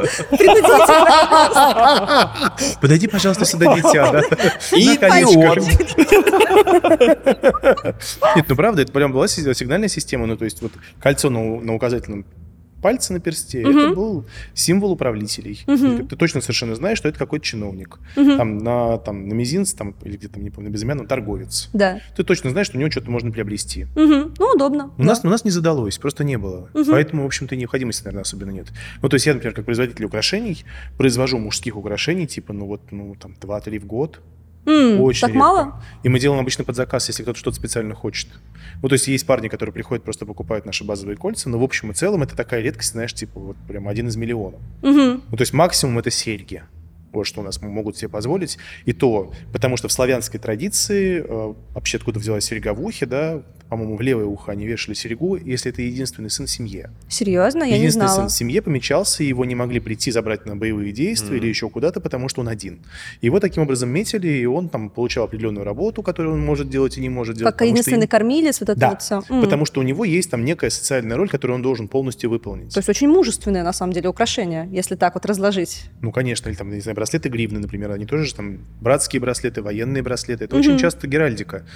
Подойди, пожалуйста, сюда, дитя. Да? Идиот. Нет, ну правда, это прям была сигнальная система. Ну, то есть вот кольцо на указательном пальце на персте, это был символ управлителей. Ты точно совершенно знаешь, что это какой-то чиновник. Там на мизинце, там, или где-то, не помню, на безымянном, торговец. Да. Ты точно знаешь, что у него что-то можно приобрести. Ну, удобно. У нас не задалось, просто не было. Поэтому, в общем-то, необходимости, наверное, особенно нет. Ну, то есть я, например, как производитель украшений, произвожу мужских украшений, типа, 2-3 в год. Очень так редко. мало? И мы делаем обычно под заказ, если кто-то что-то специально хочет. Ну, то есть есть парни, которые приходят, просто покупают наши базовые кольца, но в общем и целом это такая редкость, знаешь, типа вот прям 1 из миллиона. Ну, то есть максимум это серьги. Вот что у нас могут себе позволить. И то, потому что в славянской традиции, вообще откуда взялась серьга в ухе, да, по-моему, в левое ухо они вешали серьгу, если это единственный сын в семье. Серьезно? Я не знала. Единственный сын в семье помечался, и его не могли прийти забрать на боевые действия или еще куда-то, потому что он один. Его таким образом метили, и он там получал определенную работу, которую он может делать и не может делать. Как единственный кормилец, вот это вот все. Потому что у него есть там некая социальная роль, которую он должен полностью выполнить. То есть очень мужественное, на самом деле, украшение, если так вот разложить. Ну, конечно, или там, не знаю, браслеты гривны, например, они тоже же там братские браслеты, военные браслеты. Это очень часто геральдика.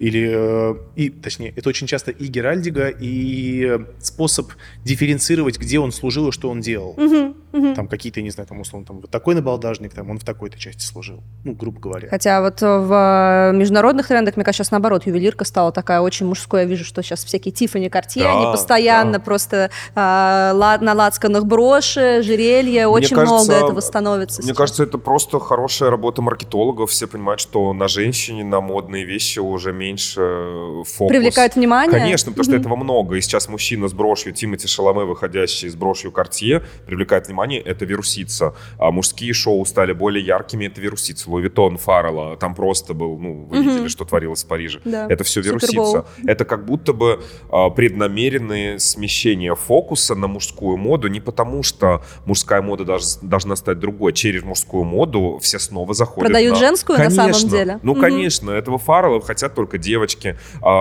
Точнее, это очень часто и геральдика, и способ дифференцировать, где он служил и что он делал. Там какие-то, не знаю, там, условно, там, вот такой набалдажник, там, он в такой-то части служил. Ну, грубо говоря. Хотя вот в международных трендах, мне кажется, сейчас наоборот, ювелирка стала такая очень мужской. Я вижу, что сейчас всякие Тиффани, Картье, они постоянно просто на лацканах броши, жерелья, очень много этого становится. Мне кажется, это просто хорошая работа маркетологов. Все понимают, что на женщине, на модные вещи уже меньше фокус. Привлекают внимание? Конечно, потому что этого много. И сейчас мужчина с брошью Тимоти Шаламе, выходящий с брошью Картье, привлекает внимание. Это вирусица. А мужские шоу стали более яркими. Это вирусица. Луи Виттон, Фаррелла. Там просто был, вы видели, что творилось в Париже. Да. Это все вирусица. Это как будто бы преднамеренные смещения фокуса на мужскую моду. Не потому, что мужская мода должна стать другой. Через мужскую моду все снова заходят. Продают женскую, конечно, на самом деле? Ну, конечно. Этого Фаррелла хотят только девочки.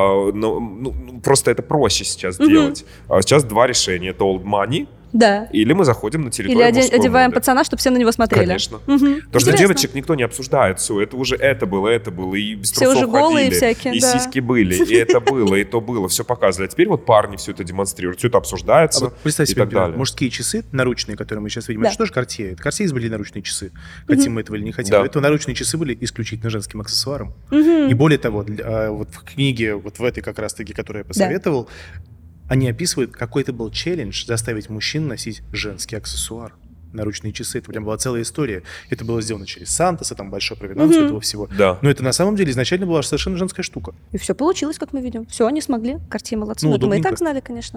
Просто это проще сейчас делать. Сейчас 2 решения. Это old money. Да. Или мы заходим на территорию Или одеваем пацана, чтобы все на него смотрели. Конечно. Потому что девочек никто не обсуждает. Все, это было, и без все трусов уже голые ходили, всякие, и сиськи были, и это было, и то было. Все показывали. А теперь вот парни все это демонстрируют, все это обсуждается. Представьте себе, так далее. Мужские часы наручные, которые мы сейчас видим, это что же Cartier? Это Cartier изобрели наручные часы. Хотим мы этого или не хотим. Это наручные часы были исключительно женским аксессуаром. И более того, вот в книге, вот в этой как раз-таки, которую я посоветовал, они описывают, какой это был челлендж заставить мужчин носить женский аксессуар. Наручные часы. Это прям была целая история. Это было сделано через Сантоса, там большой провинанс этого всего. Да. Но это на самом деле изначально была совершенно женская штука. И все получилось, как мы видим. Все, они смогли. Cartier молодцы. Но это мы и так знали, конечно.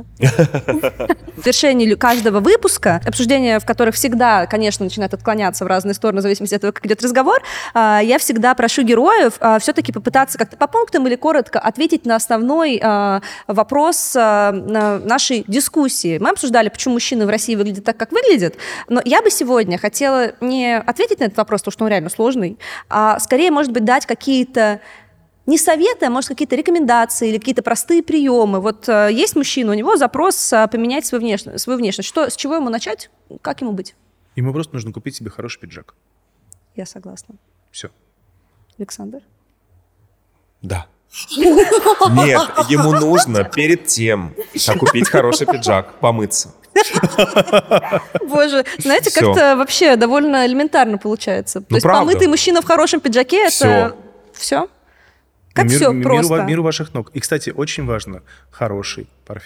В завершении каждого выпуска, обсуждения в которых всегда, конечно, начинают отклоняться в разные стороны, в зависимости от того, как идет разговор, я всегда прошу героев все-таки попытаться как-то по пунктам или коротко ответить на основной вопрос нашей дискуссии. Мы обсуждали, почему мужчины в России выглядят так, как выглядят, но я бы сегодня хотела не ответить на этот вопрос, потому что он реально сложный, а скорее, может быть, дать какие-то не советы, а может, какие-то рекомендации или какие-то простые приемы. Вот есть мужчина, у него запрос поменять свою внешность. С чего ему начать? Как ему быть? Ему просто нужно купить себе хороший пиджак. Я согласна. Все. Александр? Да. Нет, ему нужно перед тем, как купить хороший пиджак, помыться. Боже, знаете, как-то вообще довольно элементарно получается. То есть помытый мужчина в хорошем пиджаке — это все? Как все просто? Миру ваших ног. И, кстати, очень важно — хороший парфюм.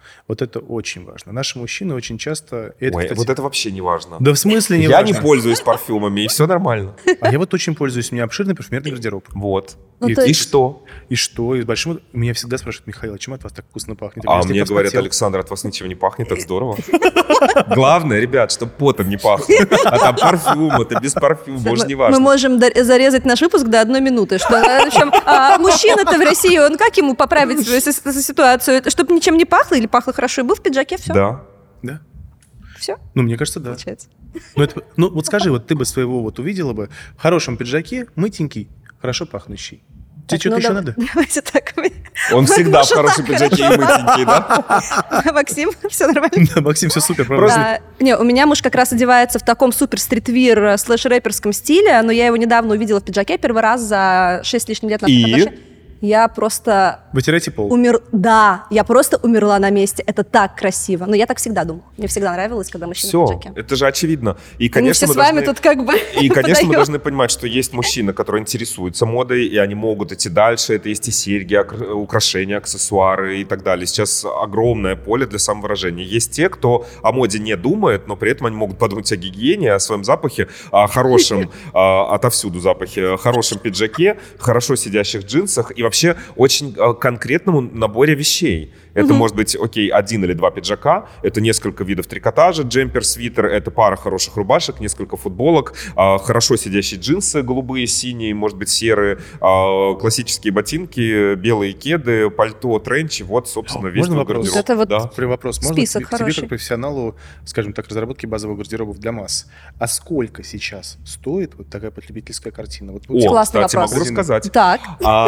Вот это очень важно. Наши мужчины очень часто... Это, Ой, кстати, вот это вообще не важно. Да в смысле не Я важно? не пользуюсь парфюмами, и все нормально. А я вот очень пользуюсь. У меня обширный парфюмерный гардероб. Вот. Ну, И- то И есть- что? И что? И с большим... Меня всегда спрашивают: Михаил, а чем от вас так вкусно пахнет? Я А говорю, мне «Я говорят: вспотел». Александр, от вас ничего не пахнет, так здорово. Главное, ребят, чтобы потом не пахло. А там парфюм, это без парфюма, может, не Мы важно. можем зарезать наш выпуск до 1 минуты. Что, причем, мужчина-то в России, он как ему поправить свою ситуацию? Чтобы ничем не пахло или пахло хорошо и был в пиджаке, все? Да. Да? Все, Ну, мне кажется, да. получается. Ну, вот скажи, вот ты бы своего вот увидела бы в хорошем пиджаке, мытенький, хорошо пахнущий. Тебе Так, что-то ну, еще надо? Давайте так. Он всегда в Может, хорошем так пиджаке и мытенький, да? Максим, все нормально? Да, Максим, все супер. Просто Не, у меня муж как раз одевается в таком супер стритвир слэш-рэперском стиле, но я его недавно увидела в пиджаке первый раз за 6 с лишним лет наших И? отношений. Я просто вытирайте пол. Да, я просто умерла на месте. Это так красиво. Но я так всегда думала. Мне всегда нравилось, когда мужчина в Все, пиджаке. это же очевидно. И, Мы конечно, все мы с вами должны... тут как бы И, конечно, мы подаем. должны понимать, что есть мужчины, которые интересуются модой, и они могут идти дальше. Это есть и серьги, украшения, аксессуары и так далее. Сейчас огромное поле для самовыражения. Есть те, кто о моде не думает, но при этом они могут подумать о гигиене, о своем запахе, о хорошем, отовсюду запахе, хорошем пиджаке, хорошо сидящих джинсах и вообще очень конкретному наборе вещей. Это может быть, окей, 1 или 2 пиджака, это несколько видов трикотажа, джемпер, свитер, это пара хороших рубашек, несколько футболок, хорошо сидящие джинсы, голубые, синие, может быть, серые, классические ботинки, белые кеды, пальто, тренчи, вот, собственно, весь Можно твой вопрос? гардероб. Это вот Да. Прям вопрос. Можно Список к тебе хороший. как профессионалу, скажем так, разработки базовых гардеробов для масс? А сколько сейчас стоит вот такая потребительская картина? Вот, О, Классный кстати, вопрос. могу рассказать. Так.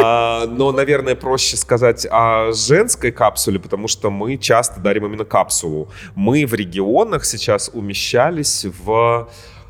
Но, наверное, проще сказать о женской капсуле, потому что мы часто дарим именно капсулу. Мы в регионах сейчас умещались в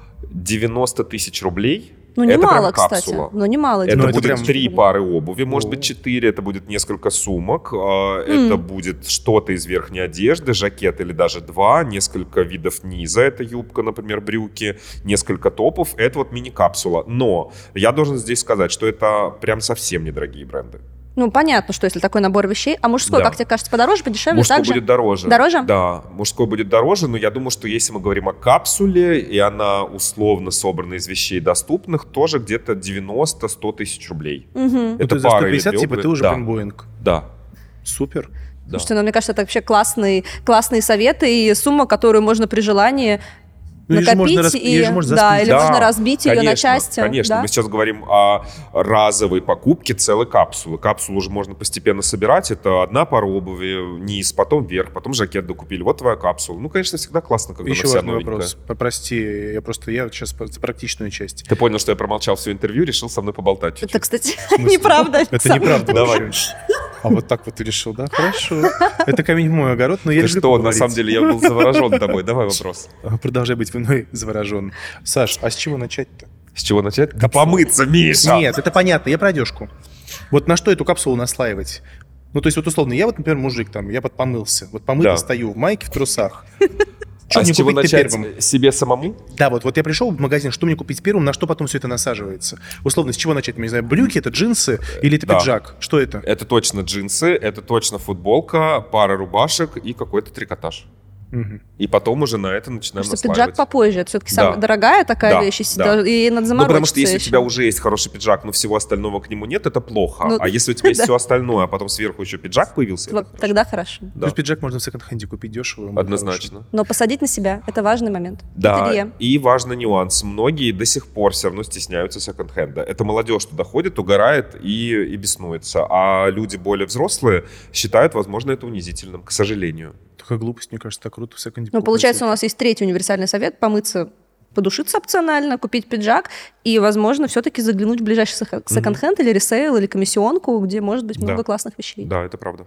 90 тысяч рублей. Ну, Это немало, прям кстати. капсула. Ну, немало. Это Ну, это будет прям- 3 пары обуви, может О. быть 4, это будет несколько сумок, это будет что-то из верхней одежды, жакет или даже 2, несколько видов низа, это юбка, например, брюки, несколько топов, это вот мини-капсула. Но я должен здесь сказать, что это прям совсем недорогие бренды. Ну, понятно, что если такой набор вещей. А мужской, Да. как тебе кажется, подороже, подешевле? Мужской так же? будет дороже. Дороже? Да, мужской будет дороже, но я думаю, что если мы говорим о капсуле, и она условно собрана из вещей доступных, тоже где-то 90-100 тысяч рублей. Мгм. Ну, Это ты за пара или 150, две типа, обуви. ты уже Да. прям Боинг. Да. Супер. Да. Слушайте, ну, мне кажется, это вообще классные советы и сумма, которую можно при желании Ну, её же накопить. можно её же можно да, заспить. или можно разбить ее на части. Конечно, да? мы сейчас говорим о разовой покупке целой капсулы. Капсулу уже можно постепенно собирать. Это одна пара обуви, низ, потом вверх, потом жакет докупили. Вот твоя капсула. Ну, конечно, всегда классно, когда Еще она вся важный новенькая. вопрос. Прости, я сейчас практичную часть. Ты понял, что я промолчал все интервью, решил со мной поболтать чуть-чуть. Это, кстати, неправда. Это неправда. Давай. вообще. А вот так вот ты решил, да? Хорошо. Это камень в мой огород, но я Ты люблю что, на поговорить. самом деле я был заворожен тобой. Давай вопрос. Продолжай быть мной заворожен. Саш, а с чего начать-то? С чего начать? Да помыться, Миша! Нет, это понятно, я про одежку. Вот на что эту капсулу наслаивать? Ну, то есть, вот условно, я вот, например, мужик там, я помылся. Вот помыто Да. стою в майке, в трусах. Что А мне с чего купить-то начать? первым? Себе самому? Да, вот я пришел в магазин, что мне купить первым, на что потом все это насаживается? Условно, с чего начать? Я не знаю, брюки, это джинсы или это Да. пиджак? Что это? Это точно джинсы, это точно футболка, пара рубашек и какой-то трикотаж. Мгм. И потом уже на это начинаем Потому что наслаивать. пиджак попозже. Это все-таки Да. самая дорогая такая Да, вещь. да. И надо Ну, заморочиться потому что если у еще. тебя уже есть хороший пиджак, но всего остального к нему нет, это плохо. Ну, а если у тебя есть да. все остальное, а потом сверху еще пиджак появился, это хорошо. Тогда хорошо. Да. Плюс пиджак можно в секонд-хенде купить дешево. он будет Однозначно. Но посадить на себя – это важный момент. Да, Ателье. и важный нюанс. Многие до сих пор все равно стесняются секонд-хенда. Это молодежь туда ходит, угорает и беснуется. А люди более взрослые считают, возможно, это унизительным, к сожалению. хороший. Такая глупость, мне кажется, так круто в секонде. Ну, получается, у нас есть третий универсальный совет – помыться, подушиться опционально, купить пиджак и, возможно, все-таки заглянуть в ближайший секонд-хенд или ресейл, или комиссионку, где может быть много Да. классных вещей. Да, это правда.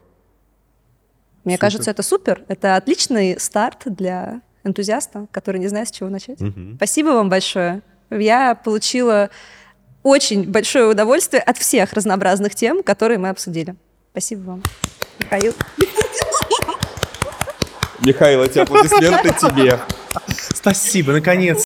Мне Супер. кажется, это супер. Это отличный старт для энтузиаста, который не знает, с чего начать. Мгм. Спасибо вам большое. Я получила очень большое удовольствие от всех разнообразных тем, которые мы обсудили. Спасибо вам. Михаил. Михаил, эти аплодисменты тебе. Спасибо, наконец.